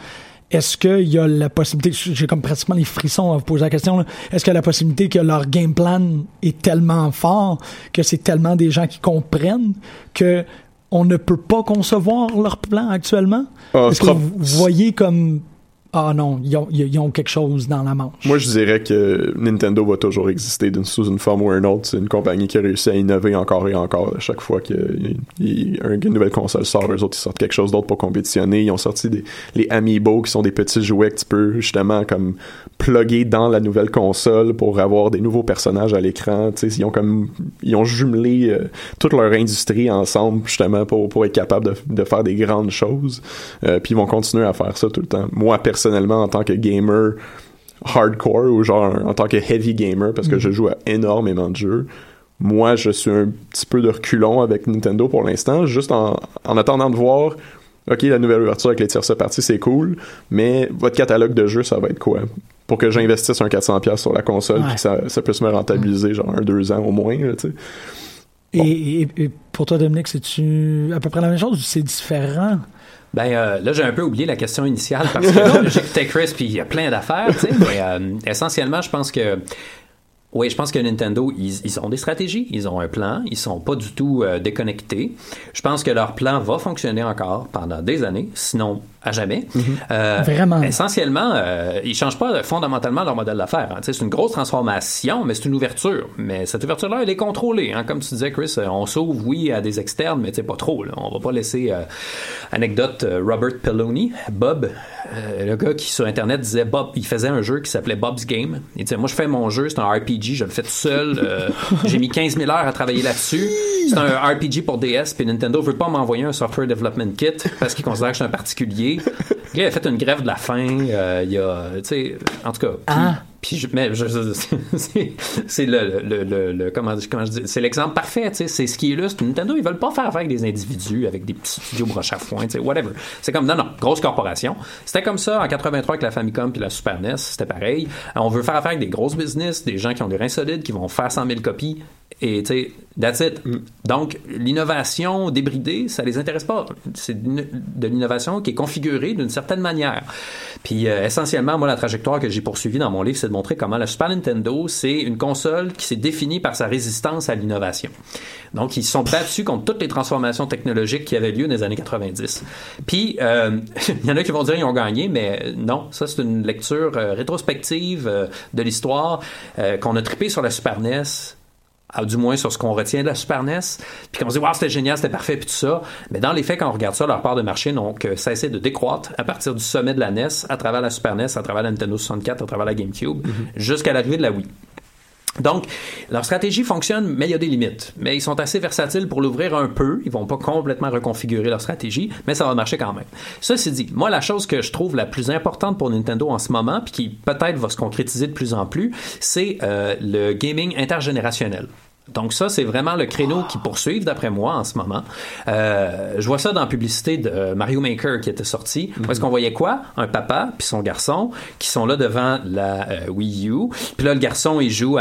est-ce qu'il y a la possibilité, j'ai comme pratiquement les frissons à vous poser la question, là, est-ce qu'il y a la possibilité que leur game plan est tellement fort, que c'est tellement des gens qui comprennent que on ne peut pas concevoir leur plan actuellement? Ah, est-ce que vous voyez comme... Ah non, ils ont, ils ont quelque chose dans la manche. Moi, je dirais que Nintendo va toujours exister d'une, sous une forme ou une autre. C'est une compagnie qui a réussi à innover encore et encore. À chaque fois qu'il y a une nouvelle console sort, eux autres, ils sortent quelque chose d'autre pour compétitionner. Ils ont sorti des, les Amiibo, qui sont des petits jouets que tu peux justement comme plugger dans la nouvelle console pour avoir des nouveaux personnages à l'écran. Tu sais, ils ont comme ils ont jumelé euh, toute leur industrie ensemble justement pour, pour être capable de, de faire des grandes choses. Euh, puis ils vont continuer à faire ça tout le temps. Moi, personnellement, personnellement en tant que gamer hardcore ou genre en tant que heavy gamer parce que mm. je joue à énormément de jeux, moi je suis un petit peu de reculon avec Nintendo pour l'instant, juste en, en attendant de voir ok, la nouvelle ouverture avec les tierces parties c'est cool, mais votre catalogue de jeux ça va être quoi pour que j'investisse un quatre cents dollars sur la console ouais. puis que ça, ça puisse me rentabiliser mm. genre un deux ans au moins là, tu sais. Bon. Et, et, et pour toi Dominique, c'est-tu à peu près la même chose ou c'est différent? Ben euh, là, j'ai un peu oublié la question initiale parce que là, j'écoutais Chris puis il y a plein d'affaires, tu sais, mais euh, essentiellement, je pense que oui, je pense que Nintendo, ils, ils ont des stratégies, ils ont un plan, ils sont pas du tout euh, déconnectés. Je pense que leur plan va fonctionner encore pendant des années, sinon à jamais. Mm-hmm. Euh, Vraiment. Essentiellement, euh, ils changent pas fondamentalement leur modèle d'affaires. Hein. C'est une grosse transformation, mais c'est une ouverture. Mais cette ouverture-là, elle est contrôlée. Hein. Comme tu disais, Chris, on s'ouvre, oui, à des externes, mais pas trop. Là. On va pas laisser... Euh, anecdote, euh, Robert Peloni, Bob, euh, le gars qui sur Internet disait, Bob, il faisait un jeu qui s'appelait Bob's Game. Il disait, moi, je fais mon jeu, c'est un R P G, je le fais tout seul. Euh, j'ai mis quinze mille heures à travailler là-dessus. C'est un R P G pour D S, puis Nintendo veut pas m'envoyer un Software Development Kit parce qu'il considère que je suis un particulier. Le gars, il a fait une grève de la faim. Euh, il y a, tu sais, en tout cas. Pis, ah. Puis je, mais je, je, c'est, c'est le, le, le, le comment, comment je dis, c'est l'exemple parfait, tu sais, c'est ce qui illustre. Nintendo, ils veulent pas faire avec des individus, avec des petits studios broche à foin, tu sais, whatever. C'est comme, non, non, grosse corporation. C'était comme ça en quatre-vingt-trois avec la Famicom puis la Super N E S, c'était pareil. On veut faire affaire avec des grosses business, des gens qui ont des reins solides, qui vont faire cent mille copies. Et tu sais, that's it. Mm. Donc, l'innovation débridée, ça les intéresse pas. C'est de l'innovation qui est configurée d'une certaine manière. Puis, euh, essentiellement, moi, la trajectoire que j'ai poursuivie dans mon livre, c'est de montrer comment la Super Nintendo, c'est une console qui s'est définie par sa résistance à l'innovation. Donc, ils se sont battus contre toutes les transformations technologiques qui avaient lieu dans les années quatre-vingt-dix. Puis, euh, il y en a qui vont dire qu'ils ont gagné, mais non, ça, c'est une lecture euh, rétrospective euh, de l'histoire euh, qu'on a trippé sur la Super N E S, à, du moins sur ce qu'on retient de la Super N E S, puis qu'on se dit « Wow, c'était génial, c'était parfait », puis tout ça. Mais dans les faits, quand on regarde ça, leur part de marché n'a cessé de décroître à partir du sommet de la N E S, à travers la Super N E S, à travers la Nintendo soixante-quatre, à travers la GameCube, mm-hmm. jusqu'à l'arrivée de la Wii. Donc, leur stratégie fonctionne, mais il y a des limites. Mais ils sont assez versatiles pour l'ouvrir un peu. Ils vont pas complètement reconfigurer leur stratégie, mais ça va marcher quand même. Ceci dit, moi, la chose que je trouve la plus importante pour Nintendo en ce moment, puis qui peut-être va se concrétiser de plus en plus, c'est euh, le gaming intergénérationnel. Donc ça, c'est vraiment le créneau qu'ils poursuivent, d'après moi, en ce moment. Euh, je vois ça dans la publicité de euh, Mario Maker qui était sorti. Mm-hmm. Où est-ce qu'on voyait quoi? Un papa puis son garçon qui sont là devant la euh, Wii U. Puis là, le garçon, il joue à,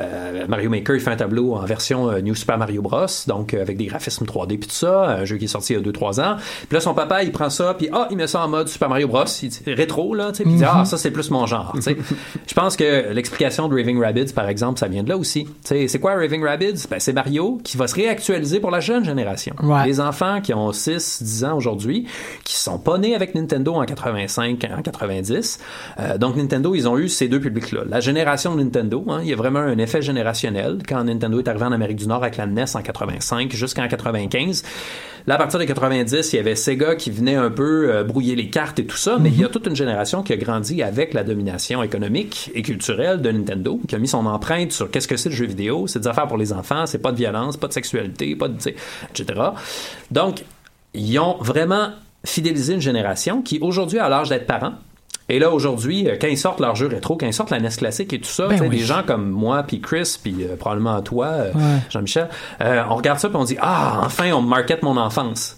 à Mario Maker. Il fait un tableau en version euh, New Super Mario Bros. Donc, euh, avec des graphismes trois D puis tout ça. Un jeu qui est sorti il y a deux trois ans. Puis là, son papa, il prend ça puis ah, il met ça en mode Super Mario Bros. Il dit, rétro, là, tu sais. Puis il dit, ah, ça, c'est plus mon genre, tu sais. Je pense que l'explication de Raving Rabbids, par exemple, ça vient de là aussi. Tu sais, c'est quoi Raving Rabbids? Ben, c'est Mario qui va se réactualiser pour la jeune génération. Ouais. Les enfants qui ont six dix ans aujourd'hui, qui sont pas nés avec Nintendo en quatre-vingt-cinq, en quatre-vingt-dix. Euh, donc, Nintendo, ils ont eu ces deux publics-là. La génération de Nintendo, hein, il y a vraiment un effet générationnel. Quand Nintendo est arrivé en Amérique du Nord avec la N E S en quatre-vingt-cinq jusqu'en quatre-vingt-quinze, là, à partir de quatre-vingt-dix, il y avait Sega qui venait un peu euh, brouiller les cartes et tout ça, mais mm-hmm. il y a toute une génération qui a grandi avec la domination économique et culturelle de Nintendo, qui a mis son empreinte sur qu'est-ce que c'est le jeu vidéo, c'est des affaires pour les enfants, c'est pas de violence, pas de sexualité, pas de, et cetera. Donc, ils ont vraiment fidélisé une génération qui, aujourd'hui, a l'âge d'être parents. Et là, aujourd'hui, quand ils sortent leurs jeux rétro, quand ils sortent la N E S classique et tout ça, ben oui. des gens comme moi, puis Chris, puis euh, probablement toi, euh, ouais. Jean-Michel, euh, on regarde ça puis on dit « Ah, enfin, on me market mon enfance ».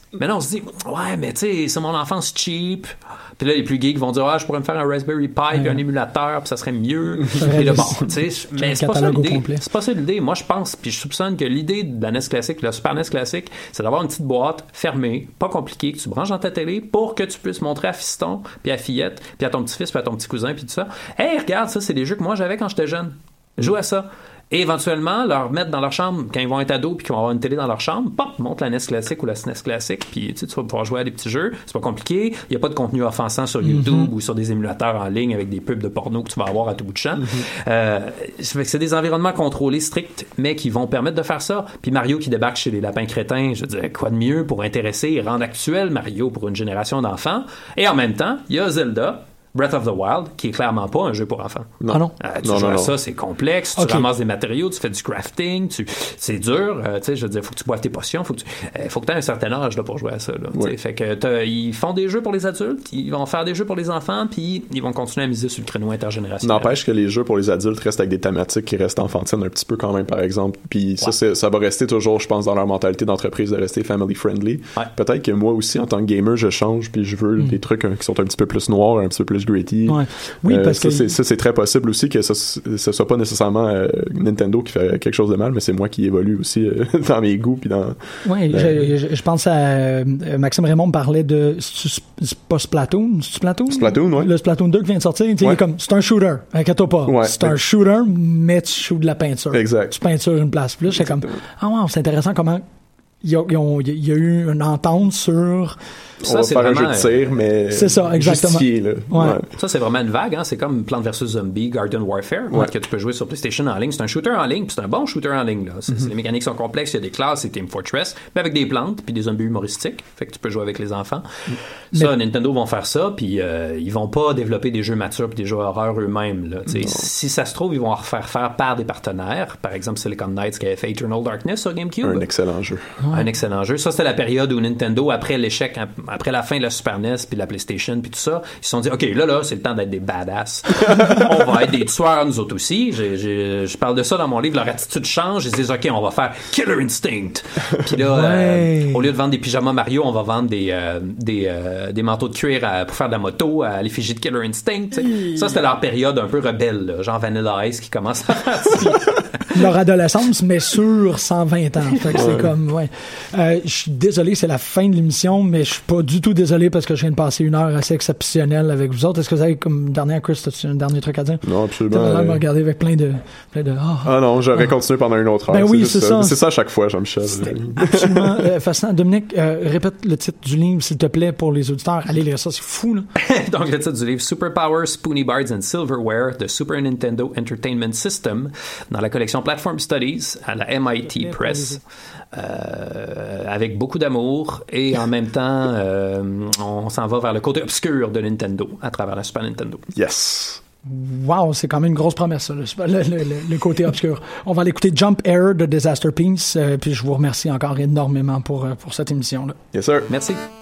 Mais là, on se dit, ouais, mais tu sais, c'est mon enfance cheap. Puis là, les plus geeks vont dire, ah, je pourrais me faire un Raspberry Pi puis ouais. un émulateur, puis ça serait mieux. Puis là, bon, tu sais, mais c'est pas ça l'idée. C'est pas ça l'idée. Moi, je pense, puis je soupçonne que l'idée de la N E S classique, la Super N E S classique, c'est d'avoir une petite boîte fermée, pas compliquée, que tu branches dans ta télé pour que tu puisses montrer à fiston, puis à fillette, puis à ton petit-fils, puis à ton petit cousin, puis tout ça. Hey, regarde, ça, c'est des jeux que moi j'avais quand j'étais jeune. Joue à ça. Et éventuellement, leur mettre dans leur chambre, quand ils vont être ados puis qu'ils vont avoir une télé dans leur chambre, pop, monte la N E S classique ou la S N E S classique, puis tu sais, tu vas pouvoir jouer à des petits jeux. C'est pas compliqué. Il n'y a pas de contenu offensant sur YouTube mm-hmm. ou sur des émulateurs en ligne avec des pubs de porno que tu vas avoir à tout bout de champ. Mm-hmm. Euh, c'est des environnements contrôlés, stricts, mais qui vont permettre de faire ça. Puis Mario qui débarque chez les lapins crétins, je dirais, quoi de mieux pour intéresser et rendre actuel Mario pour une génération d'enfants. Et en même temps, il y a Zelda, Breath of the Wild, qui est clairement pas un jeu pour enfants. Non. Ah non? Euh, tu non, joues non, à non. ça, c'est complexe, tu okay. ramasses des matériaux, tu fais du crafting, tu... c'est dur, euh, tu sais, je veux dire, faut que tu boives tes potions, faut que tu euh, faut que tu aies un certain âge là, pour jouer à ça. Là, oui. Fait que ils font des jeux pour les adultes, ils vont faire des jeux pour les enfants, puis ils vont continuer à miser sur le créneau intergénérationnel. N'empêche que les jeux pour les adultes restent avec des thématiques qui restent enfantines un petit peu quand même, par exemple. Puis ça, ouais. c'est, ça va rester toujours, je pense, dans leur mentalité d'entreprise de rester family friendly. Ouais. Peut-être que moi aussi, en tant que gamer, je change, puis je veux mm. des trucs hein, qui sont un petit peu plus noirs, un petit peu plus gritty. Ouais. Oui, euh, parce ça, que c'est, ça, c'est très possible aussi que ce, ce soit pas nécessairement euh, Nintendo qui fait quelque chose de mal, mais c'est moi qui évolue aussi euh, dans mes goûts puis dans. Oui, euh, je, je pense à euh, Maxime Raymond me parlait de c'est pas Splatoon, c'est Splatoon. Splatoon, oui. Le Splatoon deux qui vient de sortir, ouais. il est comme c'est un shooter, inquiète-toi pas, ouais. c'est un shooter, mais tu shoots de la peinture. Exact. Tu peintures une place plus, c'est comme ah wow, c'est intéressant comment il y a, il y a eu une entente sur. Ça, on va c'est faire vraiment, un jeu de tir, mais c'est ça, exactement. Justifié, là. Ouais. Ouais. Ça, c'est vraiment une vague. Hein? C'est comme Plants versus. Zombies, Garden Warfare, ouais. que tu peux jouer sur PlayStation en ligne. C'est un shooter en ligne, puis c'est un bon shooter en ligne. Là. C'est, mm-hmm. c'est, les mécaniques sont complexes, il y a des classes, c'est Team Fortress, mais avec des plantes, puis des zombies humoristiques. Fait que tu peux jouer avec les enfants. Mm-hmm. Ça, mais... Nintendo vont faire ça, puis euh, ils vont pas développer des jeux matures puis des jeux horreur eux-mêmes. Là. Si ça se trouve, ils vont en refaire faire par des partenaires. Par exemple, Silicon Knights qui avait fait Eternal Darkness sur GameCube. Un excellent jeu. Ouais. Un excellent jeu. Ça, c'était la période où Nintendo, après l'échec, après la fin de la Super N E S puis la PlayStation puis tout ça, ils se sont dit ok là là c'est le temps d'être des badass. On va être des tueurs nous autres aussi. J'ai, j'ai, je parle de ça dans mon livre. Leur attitude change. Ils se disent ok on va faire Killer Instinct. Puis là ouais. euh, au lieu de vendre des pyjamas Mario, on va vendre des euh, des, euh, des manteaux de cuir à, pour faire de la moto à l'effigie de Killer Instinct. T'sais. Ça c'était leur période un peu rebelle, là, genre Vanilla Ice qui commence à faire leur adolescence mais sur cent vingt ans. Fait que ouais. c'est comme ouais. Euh, je suis désolé, c'est la fin de l'émission, mais je suis pas du tout désolé parce que je viens de passer une heure assez exceptionnelle avec vous autres. Est-ce que vous avez comme dernière, Chris, as-tu un dernier truc à dire? Non, absolument. Tu as me regarder avec plein de, plein de. Oh, ah non, j'aurais oh. continué pendant une autre heure. Ben c'est oui, c'est ça. ça. C'est ça à chaque fois, Jean-Michel. C'était absolument euh, fascinant. Dominique, euh, répète le titre du livre, s'il te plaît, pour les auditeurs. Allez lire ça, c'est fou, là. Donc, le titre du livre, Superpower, Spoonie Bards and Silverware, The Super Nintendo Entertainment System, dans la collection Platform Studies à la M I T Press. Euh, avec beaucoup d'amour et en même temps euh, on s'en va vers le côté obscur de Nintendo à travers la Super Nintendo. Yes. Wow, c'est quand même une grosse promesse ça, le, le, le, le côté obscur. On va aller écouter Jump Air de Disaster Piece, euh, puis je vous remercie encore énormément pour, pour cette émission là. Yes sir. Merci.